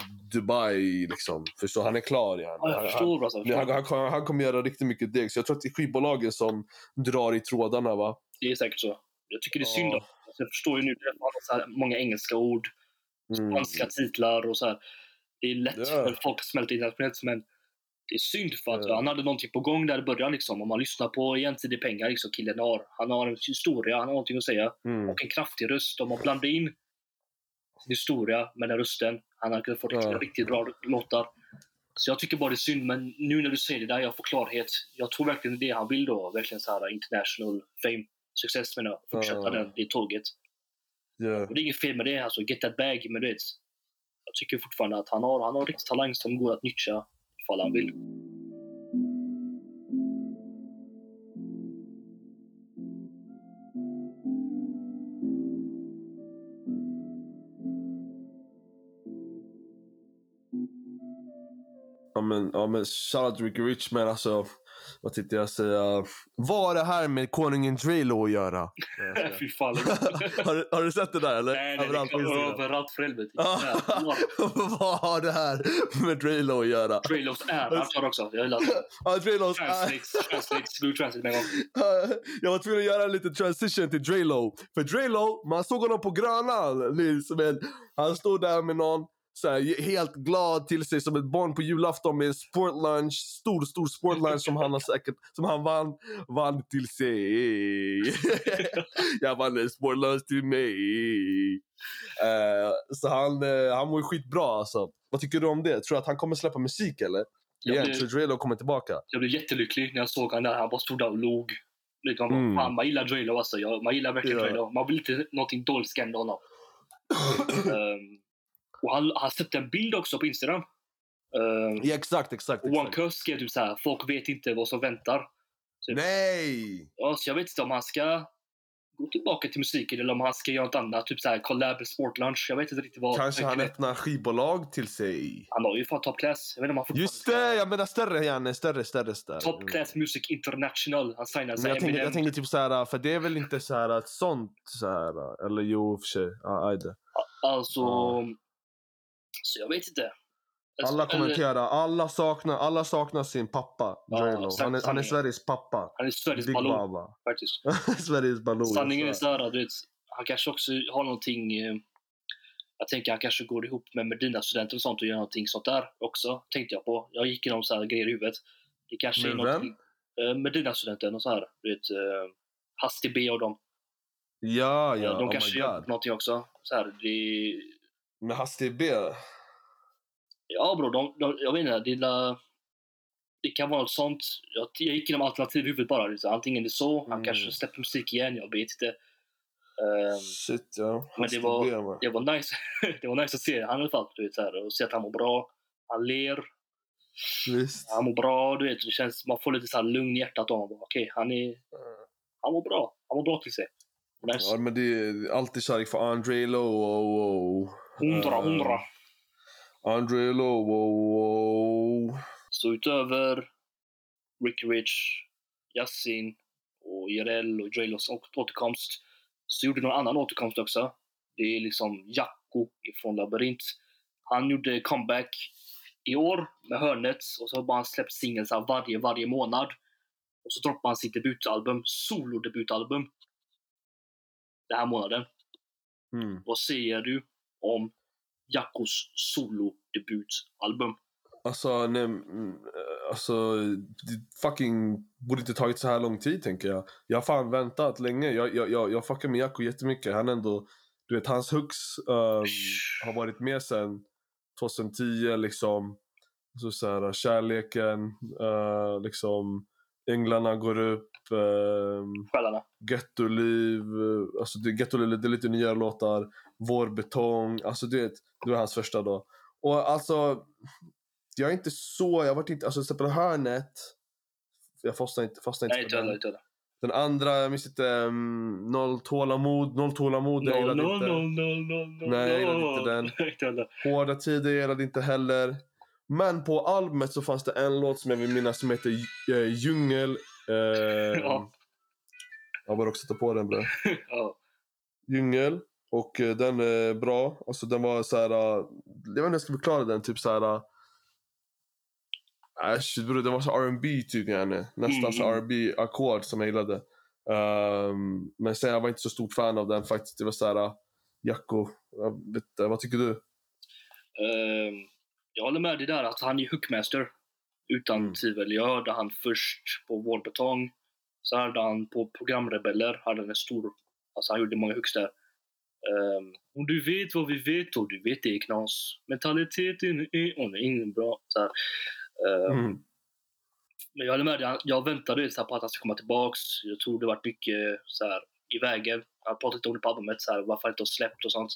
Dubai liksom. Förstår, han är klar igen. ja, jag Han- förstår. Alltså, jag han, förstår. han, han, han kommer göra riktigt mycket deg. Så jag tror att det är skivbolagen som drar i trådarna, va? Det är säkert så. Jag tycker det är Ja. synd. Alltså, jag förstår ju nu att han har så här många engelska ord. Mm. Spanska titlar och så här. Det är lätt Ja. för folk att smälta internationellt, men det är synd för att Ja. han hade någonting på gång där i början. Liksom. Om man lyssnar på Egentligen pengar, liksom, killen har. Han har en historia, han har någonting att säga. Mm. Och en kraftig röst. Om man blandar in sin historia med den rösten. Han har kunnat få riktigt, Ja. riktigt bra låtar. Så jag tycker bara det är synd, men nu när du säger det där, jag får klarhet. Jag tror verkligen det han vill då. Verkligen så här international fame, success menar jag. Fortsätta Ja. den, det tåget. Yeah. Och det är inget fel med det, alltså get that bag, men du vet. Jag tycker fortfarande att han har, han har riktigt talang som går att nyttja ifall han vill. Ja men, ja men shoutout Ricky Rich, men alltså vad tänkte jag säga? Vad har det här med konungen Drelo att göra? Fy fan. har, du, har du sett det där eller? Nej, nej, Överallt på det är Instagram. överallt för helvete. Ah, vad har det här med Drelo att göra? Drailos är, han kör också. Jag gillar det. Ja, Drelos. Translates, translates, Google Translate med en gång. Jag var tvungen att göra en liten transition till Drelo. För Drelo, man såg honom på Grönan. Liksom, han stod där med någon så här, helt glad till sig som ett barn på julafton med en sportlunch, stor stor sportlunch som han har säkert som han vann vann till sig. Jag vann en sportlunch till mig. Uh, så han uh, han var ju skitbra alltså. Vad tycker du om det? Tror du att han kommer släppa musik eller? Jag Igen, blev- tror Drelo kommer tillbaka. Jag blev jättelycklig när jag såg han där. Han bara stod där och log. Liksom, Mm. fan, man gillar Drelo alltså. Jag, man gillar verkligen Ja. Drelo. Man vill inte någonting dåligt ska hända honom. um, och han, han släppte en bild också på Instagram. Um, Ja, exakt, exakt. och One exakt. Curse skrev typ så här: folk vet inte vad som väntar. Nej! Ja, så jag vet inte om han ska gå tillbaka till musiken eller om han ska göra något annat. Typ så här collab, sportlunch. Jag vet inte riktigt vad. Kanske han tanken är. öppnar skivbolag till sig. Han har ju fått Top Class. Jag vet inte om han fortfarande Just ska- det, jag menar större Janne, större, större, större. Top Class Music International. Han signade Men sig jag tänkte, Eminem. jag tänkte typ såhär, för det är väl inte såhär ett sånt såhär, eller jo för sig, ja, ajde. Alltså... Ja. Så jag vet inte. Alla Eller- kommenterar, alla saknar, alla saknar sin pappa, Ja, Drelo. sant- Han är, han är sanningen. Sveriges pappa. Han är Sveriges Big Baloo, Baba. faktiskt. Sveriges Baloo. Sanningen är så här, du vet, han kanske också har någonting... Eh, jag tänker han kanske går ihop med Medina-studenter och sånt och gör någonting sånt där också, tänkte jag på. Jag gick igenom så här grejer i huvudet. Det kanske är Med någonting... Eh, Medina-studenten och så här, du vet, eh, Hasti B och dem. Ja, ja, de oh kanske my gör god. någonting också. Så här, det... Med Hasti B. Ja bror, de, de, jag vet inte, det, är, det kan vara något sånt. Jag, jag gick igenom alternativ i huvudet bara. Liksom. Antingen det är så, han Mm. kanske släpper musik igen, jag vet inte. Ehm, Shit, ja. men det Hasti var, B, man. det var nice det var nice att se han i alla fall, du vet, så här, och se att han mår bra. Han ler, Visst. han mår bra, du vet. Det känns, man får lite så här lugn i hjärtat om honom. Okej, han är han mår bra. Han mår bra till sig. Nice. Ja, men det är alltid kärlek för Andre Lo. Oh, oh. Hundra, hundra. Andre Lo. Oh, oh. Så utöver Ricky Rich, Yasin och Jireel och Draylos återkomst, så gjorde någon annan återkomst också. Det är liksom Jacko ifrån Labyrint. Han gjorde comeback i år med Hörnet, och så har bara han släppt singles varje, varje månad. Och så droppar han sitt debutalbum, solo-debutalbum, den här månaden. Mm. Vad säger du om Jackos solo-debutalbum? Alltså, nej, alltså, det fucking borde inte tagit så här lång tid, tänker jag. Jag har fan väntat länge. Jag, jag, jag, jag fuckar med Jacko jättemycket. Han ändå, du vet, hans hooks um, har varit med sen tjugohundratio, liksom. Så, så här, kärleken, uh, liksom, änglarna går upp, uh, Själarna. Gettoliv, uh, alltså det, Gettoliv, det är lite nya låtar. Vår betong, alltså det, det var hans första då. Och alltså, jag är inte så, jag har varit inte, alltså till exempel Hörnet, jag fastnar inte, fastnar inte Nej, för inte den. inte heller. Den andra, jag minns inte, um, Noll tålamod, Noll tålamod, jag gillade inte. Nej, jag gillade inte den. Inte heller. Hårda tider, jag gillade inte heller. Men på albumet så fanns det en låt som jag vill minnas som heter äh, Djungel. Äh, Ja. Jag bara också ta på den, bro. Ja. Djungel. Och äh, den är bra. Alltså den var så här. Äh, jag vet inte om jag ska förklara den, typ så här. Äsch, äh, bro, den var så R and B typ gärna. Nästan Mm. så R and B-ackord som jag gillade. Um, men sen jag var inte så stort fan av den faktiskt. Det var så här. Äh, Jacko, jag vet, vad tycker du? Um, jag håller med dig där att han är hookmaster. Utan Mm. tvivel. Jag hörde han först på Vår betong. Så hörde han på Programrebeller. Hade en stor, alltså han gjorde många hooks där. Um, och du vet vad vi vet, och du vet det är knas. Mentaliteten är, och det är ingen bra. Så här. Um, Mm. Men jag håller med dig. Jag väntade så här på att han ska komma tillbaks. Jag tror det varit mycket så här i vägen. Jag har pratat om det på albumet. Så här, varför inte har släppt och sånt.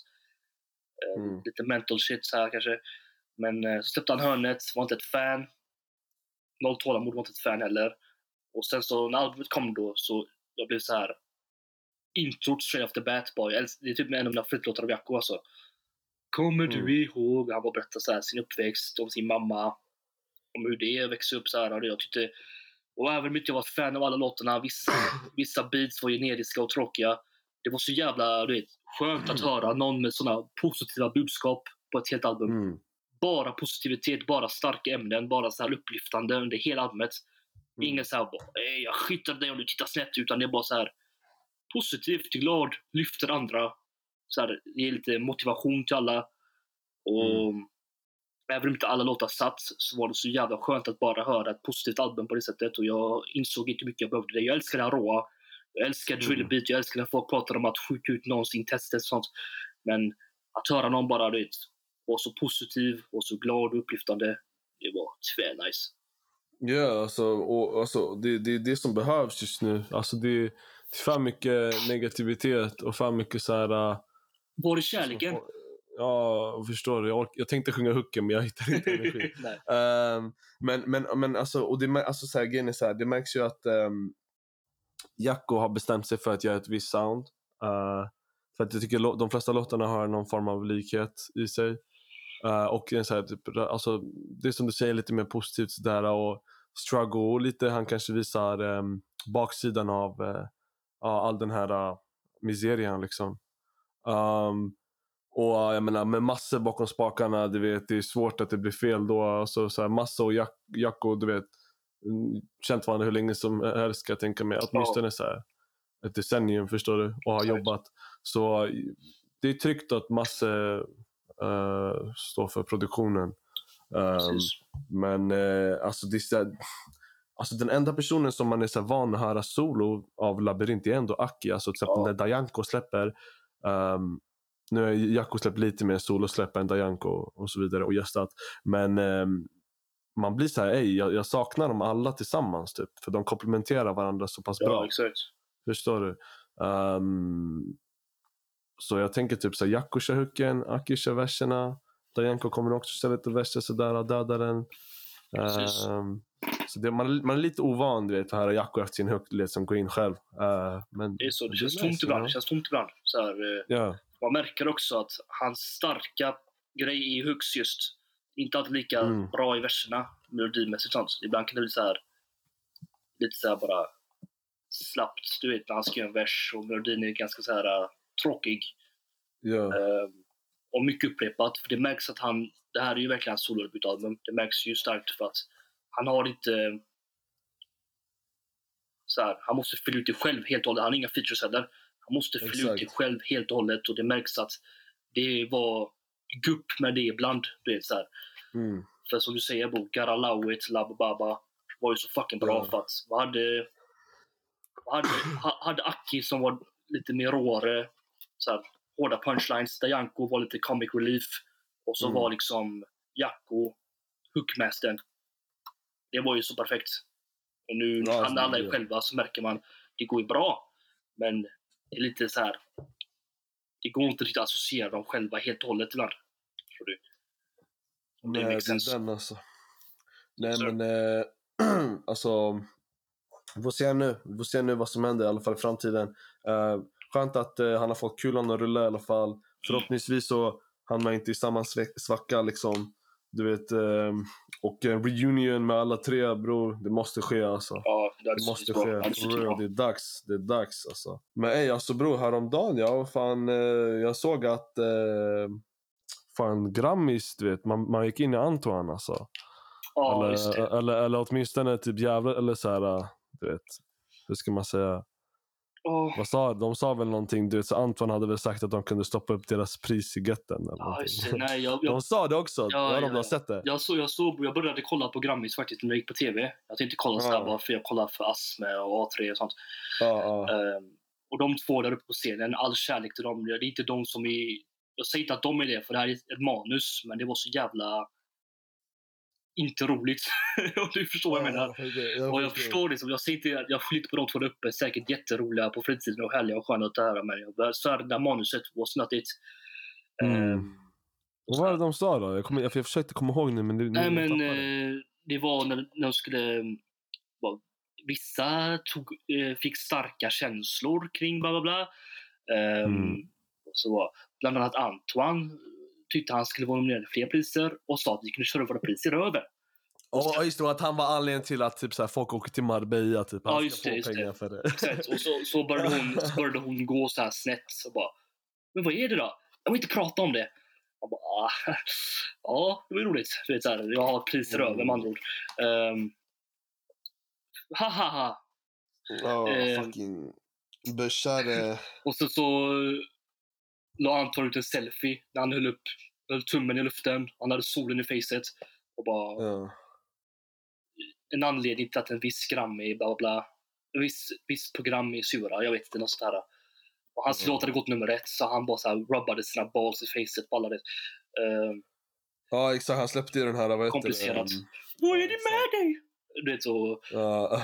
Um, Mm. Lite mental shit så här kanske. Men uh, så släppte han Hörnet. Var inte ett fan. Noll tålamod, var inte ett fan heller. Och sen så när albumet kom då, så jag blev så här introt straight off the bat. Bara. Jag älskar, det är typ en av mina favoritlåtar av Jacko alltså. Kommer Mm. du ihåg? Han bara berättade så här, sin uppväxt, om sin mamma, om hur det är att växa upp så här. Och jag tyckte, och även mycket jag var fan av alla låtarna. Vissa, vissa beats var generiska och tråkiga. Det var så jävla, du vet, skönt att höra någon med såna positiva budskap på ett helt album. Mm. Bara positivitet, bara starka ämnen, bara så här upplyftande under hela albumet. Mm. Ingen så här, "Ey, jag skiter dig om du tittar snett", utan det är bara så här positivt, glad, lyfter andra. Så här, ger lite motivation till alla. Och Mm. även om inte alla låtar satt, så var det så jävla skönt att bara höra ett positivt album på det sättet. Och jag insåg inte mycket jag behövde det. Jag älskar det här råa. Jag älskar drillbeat. Jag älskar när folk pratar om att skjuta ut någon sin test och sånt. Men att höra någon bara, du vet, var så positiv och så glad och upplyftande, det var tvär nice. Ja, alltså, och, alltså det är det, det som behövs just nu. Alltså det, det är för mycket negativitet och för mycket så här. Var det kärleken? Alltså, ja, jag förstår. Jag, ork- jag tänkte sjunga hooken, men jag hittar inte energi. um, men, men, men alltså, och det, alltså, så här, grejen är så här, det märks ju att um, Jacko har bestämt sig för att göra ett visst sound. Uh, för att jag tycker lo- de flesta låtarna har någon form av likhet i sig. Uh, och en så här, typ, alltså, det som du säger, lite mer positivt sådär, och struggle och lite, han kanske visar um, baksidan av uh, all den här uh, miserian liksom. Um, och uh, jag menar, med massor bakom spakarna, du vet, det är svårt att det blir fel då. Alltså, så här, Massa och Jack- Jacko, du vet, känt varandra hur länge som helst, ska jag tänka mig, åtminstone så här ett decennium, förstår du, och har jobbat. Så det är tryggt att Massa Uh, står för produktionen. Um, men uh, alltså, det är så här, alltså den enda personen som man är så van att höra solo av Labyrint är ändå Aki. Alltså till exempel när Dajanko släpper, um, nu har Jacko släppt lite mer solosläpp än Dajanko och så vidare och gästat, men um, man blir så här, ej, jag, jag saknar dem alla tillsammans typ, för de komplementerar varandra så pass bra. Ja, exakt. Förstår du? Um, Så jag tänker typ så här, Jacko kör hooken, Aki kör verserna, Dajanko kommer också köra lite verser sådär och döda den. Um, så det, man, man är lite ovan, du vet, att höra Jacko efter sin hook som går in själv. Uh, men det är så, det, det känns nice, tomt ibland, ja. det känns tomt ibland. Så här, uh, yeah. Man märker också att hans starka grej i hooks just inte alltid lika mm. bra i verserna melodimässigt sånt. Ibland kan det bli så här lite så här bara slappt, du vet, när han ska göra en vers och melodin är ganska så här uh, tråkig. Ja. Uh, och mycket upprepat, för det märks att han, det här är ju verkligen en solodebutalbum, det märks ju starkt för att han har inte så här, han måste fylla ut det själv helt och hållet, han har inga features heller, han måste fylla Exakt. ut det själv helt och hållet och det märks att det var gupp med det ibland, du vet så här. Mm. För som du säger, Bo, Gotta Allow It, Love Baba var ju så fucking bra. Ja. För att vad hade, vad hade, ha- hade Aki som var lite mer råare, så här, hårda punchlines, där Janko var lite comic relief och så Mm. var liksom Jacko hookmastern. Det var ju så perfekt. Och nu Ja, när alla är ja. själva så märker man det går ju bra, men det är lite så här, det går inte riktigt att associera dem själva helt och hållet ibland, tror du. Om det Nej, makes det är sense. den alltså. Nej, Så. men eh, alltså, vi får se nu. Vi får se nu vad som händer, i alla fall i framtiden. Eh, skönt att eh, han har fått kulan att rulla i alla fall. Förhoppningsvis så han var inte i samma sve- svacka liksom. Du vet, eh, och en reunion med alla tre, bror. Det måste ske alltså. Ja, det, Det måste bra. ske. Ja, det är så For real, bra. det är dags. Det är dags alltså. Men ey, alltså bror, häromdagen, ja, fan, eh, jag såg att eh, fan, Grammis, du vet, man, man gick in i Antoine alltså. Ja, just det. eller, eller, eller åtminstone typ jävla, eller så här, du vet, hur ska man säga? Åh, Vad sa de? sa väl någonting, du vet, så Antoine hade väl sagt att de kunde stoppa upp deras pris i getten eller ja, någonting. just det. Nej, jag, jag, De sa det också, Ja, ja, ja, ja, de har ja. sett det. jag, så, jag, så, jag började kolla på Grammis faktiskt när jag gick på tv. Jag tänkte kolla så här Ja. bara för jag kollar för Asme och A tre och sånt. Ja, ja. Ehm, och de två där uppe på scenen, all kärlek till dem. Det är inte de som är... Jag säger inte att de är det, för det här är ett manus, men det var så jävla inte roligt. Om du förstår vad jag menar. Och jag förstår det, som jag säger inte, jag skylter på de två där uppe, säkert jätteroliga på fritiden och härliga och sköna att höra, men jag så här, det där manuset was not it. Mm. Ehm, Och vad var det de sa då? Jag, kommer, jag, jag försökte komma ihåg nu, men nu, Nej, nu men tappade jag. eh, det var när, när de skulle... Var, vissa tog, eh, fick starka känslor kring bla bla bla. Ehm, Mm. och så var, bland annat Antoine tyckte han skulle vara nominerad för fler priser och sa att vi kunde köra våra priser över. Ja, just det, att han var anledningen till att typ, så här, folk åker till Marbella. Typ. Han Ja, ska just få det, just pengar det. för det. Exakt. Och så, så, började hon, så började hon gå så här snett. Så bara, men vad är det då? Jag vill inte prata om det. Jag bara, ah, ja, det var ju roligt. Du vet, så här, jag har priser Mm. över med andra ord. Um, ha ha ha. Ja, Eh, fucking börsare. Och så, så la Anton ut en selfie när han höll upp höll tummen i luften. Han hade solen i facet. Och bara Ja. en anledning till att en viss Grammy bla bla bla. En viss, viss program i sura. Jag vet inte, något sånt här. Och hans Mm. låt hade gått nummer ett. Så han bara så här rubbade sina balls i facet på alla det. Uh, Ja, exakt. Han släppte ju den här, vad heter komplicerat. det? Mm. Vad är det med dig? Du vet så. Ja.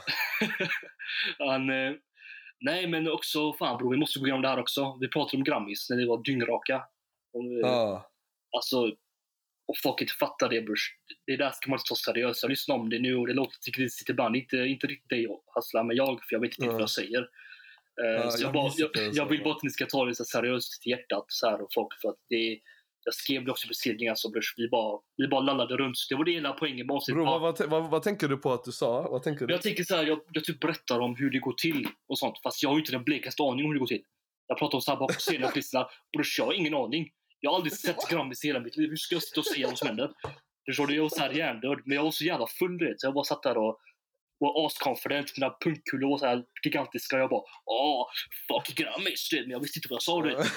han... Eh, nej, men också, fan bro, vi måste gå igenom det här också. Vi pratade om Grammis när det var dyngraka. Och, eh, Ja. Alltså, och folk inte fattar det, brors. Det är där ska man inte ta seriöst. Jag lyssnar om det nu och det låter lite grisigt ibland. Inte, inte riktigt dig, Hassla, men jag, för jag vet inte Ja. vad jag säger. Uh, Ja, så jag jag, bara, minns jag, inte ens jag vad vill det bara var. att ni ska ta det så seriöst till hjärtat så här, och folk, för att det jag skrev det också i beskrivningen, så brors, vi bara, vi bara lallade runt. Det var det hela poängen. Bara, Bro, vad, vad, vad, vad tänker du på att du sa? Vad tänker du? jag tänker så här, jag, jag typ berättar om hur det går till och sånt, fast jag har ju inte den blekaste aning om hur det går till. Jag pratar om så här bakom scenen och lyssnar. Brors, jag har ingen aning. Jag har aldrig sett Grammis i hela mitt liv. Hur ska jag sitta och se vad som händer? Förstår du? Jag var så här hjärndöd, men jag var så jävla full, vet. Så jag bara satt där och var asconfident. Mina punkkulor var så här gigantiska. Jag bara, åh, fuck Grammis. Men jag visste inte vad jag sa, du vet.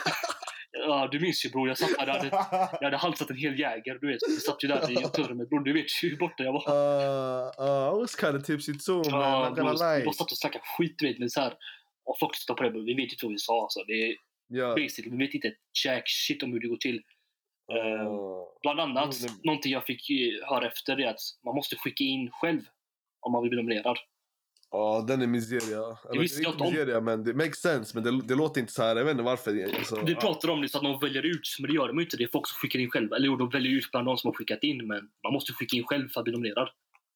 Ja, du minns ju, bror. Jag satt där, jag hade, jag hade halsat en hel jäger, du vet. Jag satt ju där i turret, bror. Du vet ju hur borta jag var. Uh, uh, I was kind of tipsy too, man. Ja, I'm bror, gonna vi lie. bara satt och snackade skit, du vet. Men så här, och folk står på det, vi vet inte vad vi sa. Alltså. Det är Ja. basically, vi vet inte jack shit om hur det går till. Uh, Bland annat, Mm, det- någonting jag fick eh, höra efter det är att man måste skicka in själv om man vill bli nominerad. Ja, den är miseria. Eller, visste det är jag inte inte om. miseria, men det makes sense. Men det, det låter inte så här. Jag vet inte varför. Alltså, Vi ja. pratar om det så att någon väljer ut, men det gör de ju inte. Det är folk som skickar in själva. Eller jo, de väljer ut bland de som har skickat in, men man måste skicka in själv för att bli nominerad.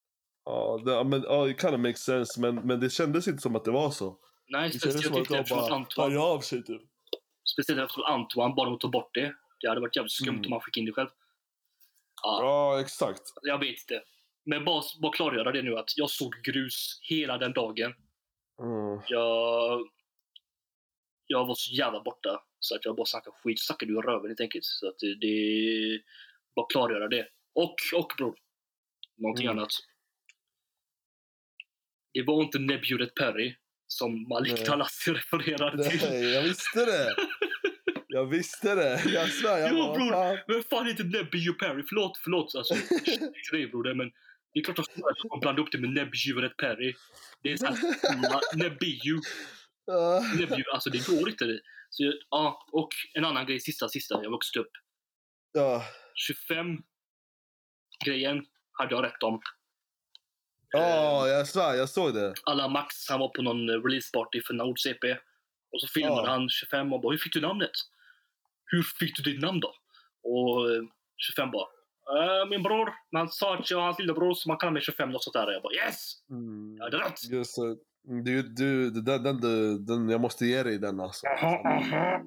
Ja, det, men, ja, it kind of makes sense. Men, men det kändes inte som att det var så. Nej, Det speciellt kändes jag som att tyckte de eftersom att bara Antoine, hör av sig typ. speciellt eftersom Antoine bara att ta bort det. Det hade varit jävligt skumt Mm. om man fick in det själv. Ja, Ja, exakt. jag vet inte. Men bara, bara klargöra det nu att jag såg grus hela den dagen. Mm. Jag, jag var så jävla borta. Så att jag bara snackade skit. Snackade du i röven helt enkelt. Så att det, det bara klargöra det. Och, och bror. Någonting Mm. annat. Det var inte Nebjudet Perry som Malik Talassi refererade till. Nej, jag visste det. Jag visste det. Jag svär, jag Jo bara, bror, fan. men fan inte Nebjudet Perry. Förlåt, förlåt. Alltså, det är bror, men det är klart att man blandar upp det med Nebjudet Perry. Det är så här, Nebju. Nebju, alltså det går inte det. Så, ja, och en annan grej, sista, sista, jag vuxit upp. Ja. tjugofem-grejen hade jag rätt om. Ja, oh, jag svär, jag såg det. Alla Max, han var på någon releaseparty för Nord C P. Och så filmade Ja. han tjugofem och bara, hur fick du namnet? Hur fick du ditt namn då? Och eh, tjugofem bara, äh, min bror, han sa att jag har hans lillebror så man kallar mig tjugofem och sånt där. Jag bara, yes! Mm. Jag hade rätt! Just så. Du, du, den, den, den, den, jag måste ge dig den alltså. Aha, aha.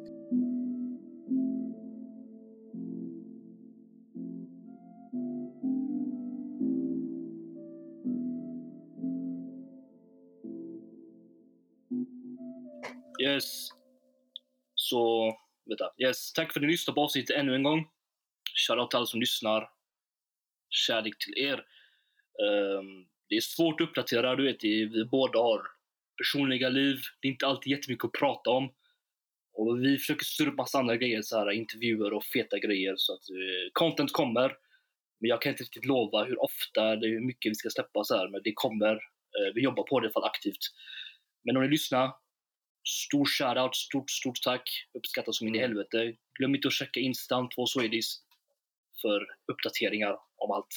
Yes. Så, vänta. Yes, tack för att ni lyssnade på avsnittet ännu en gång. Shoutout till alla som lyssnar. Kärlek till er. Um, det är svårt att uppdatera, du vet, vi båda har personliga liv. Det är inte alltid jättemycket att prata om. Och vi försöker styra upp massa andra grejer, så här, intervjuer och feta grejer. Så att uh, content kommer. Men jag kan inte riktigt lova hur ofta, det är hur mycket vi ska släppa så här. Men det kommer. Uh, vi jobbar på det i alla fall aktivt. Men om ni lyssnar, stor shoutout, stort, stort tack. Uppskattas som in i helvete. Glöm inte att checka Instant två Swedish för uppdateringar om allt.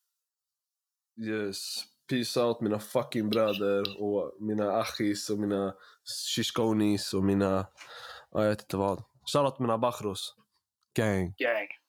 Yes. Peace out mina fucking bröder och mina achis och mina shishkonis och mina, jag vet inte vad. Shoutout mina bachros. Gang. Gang.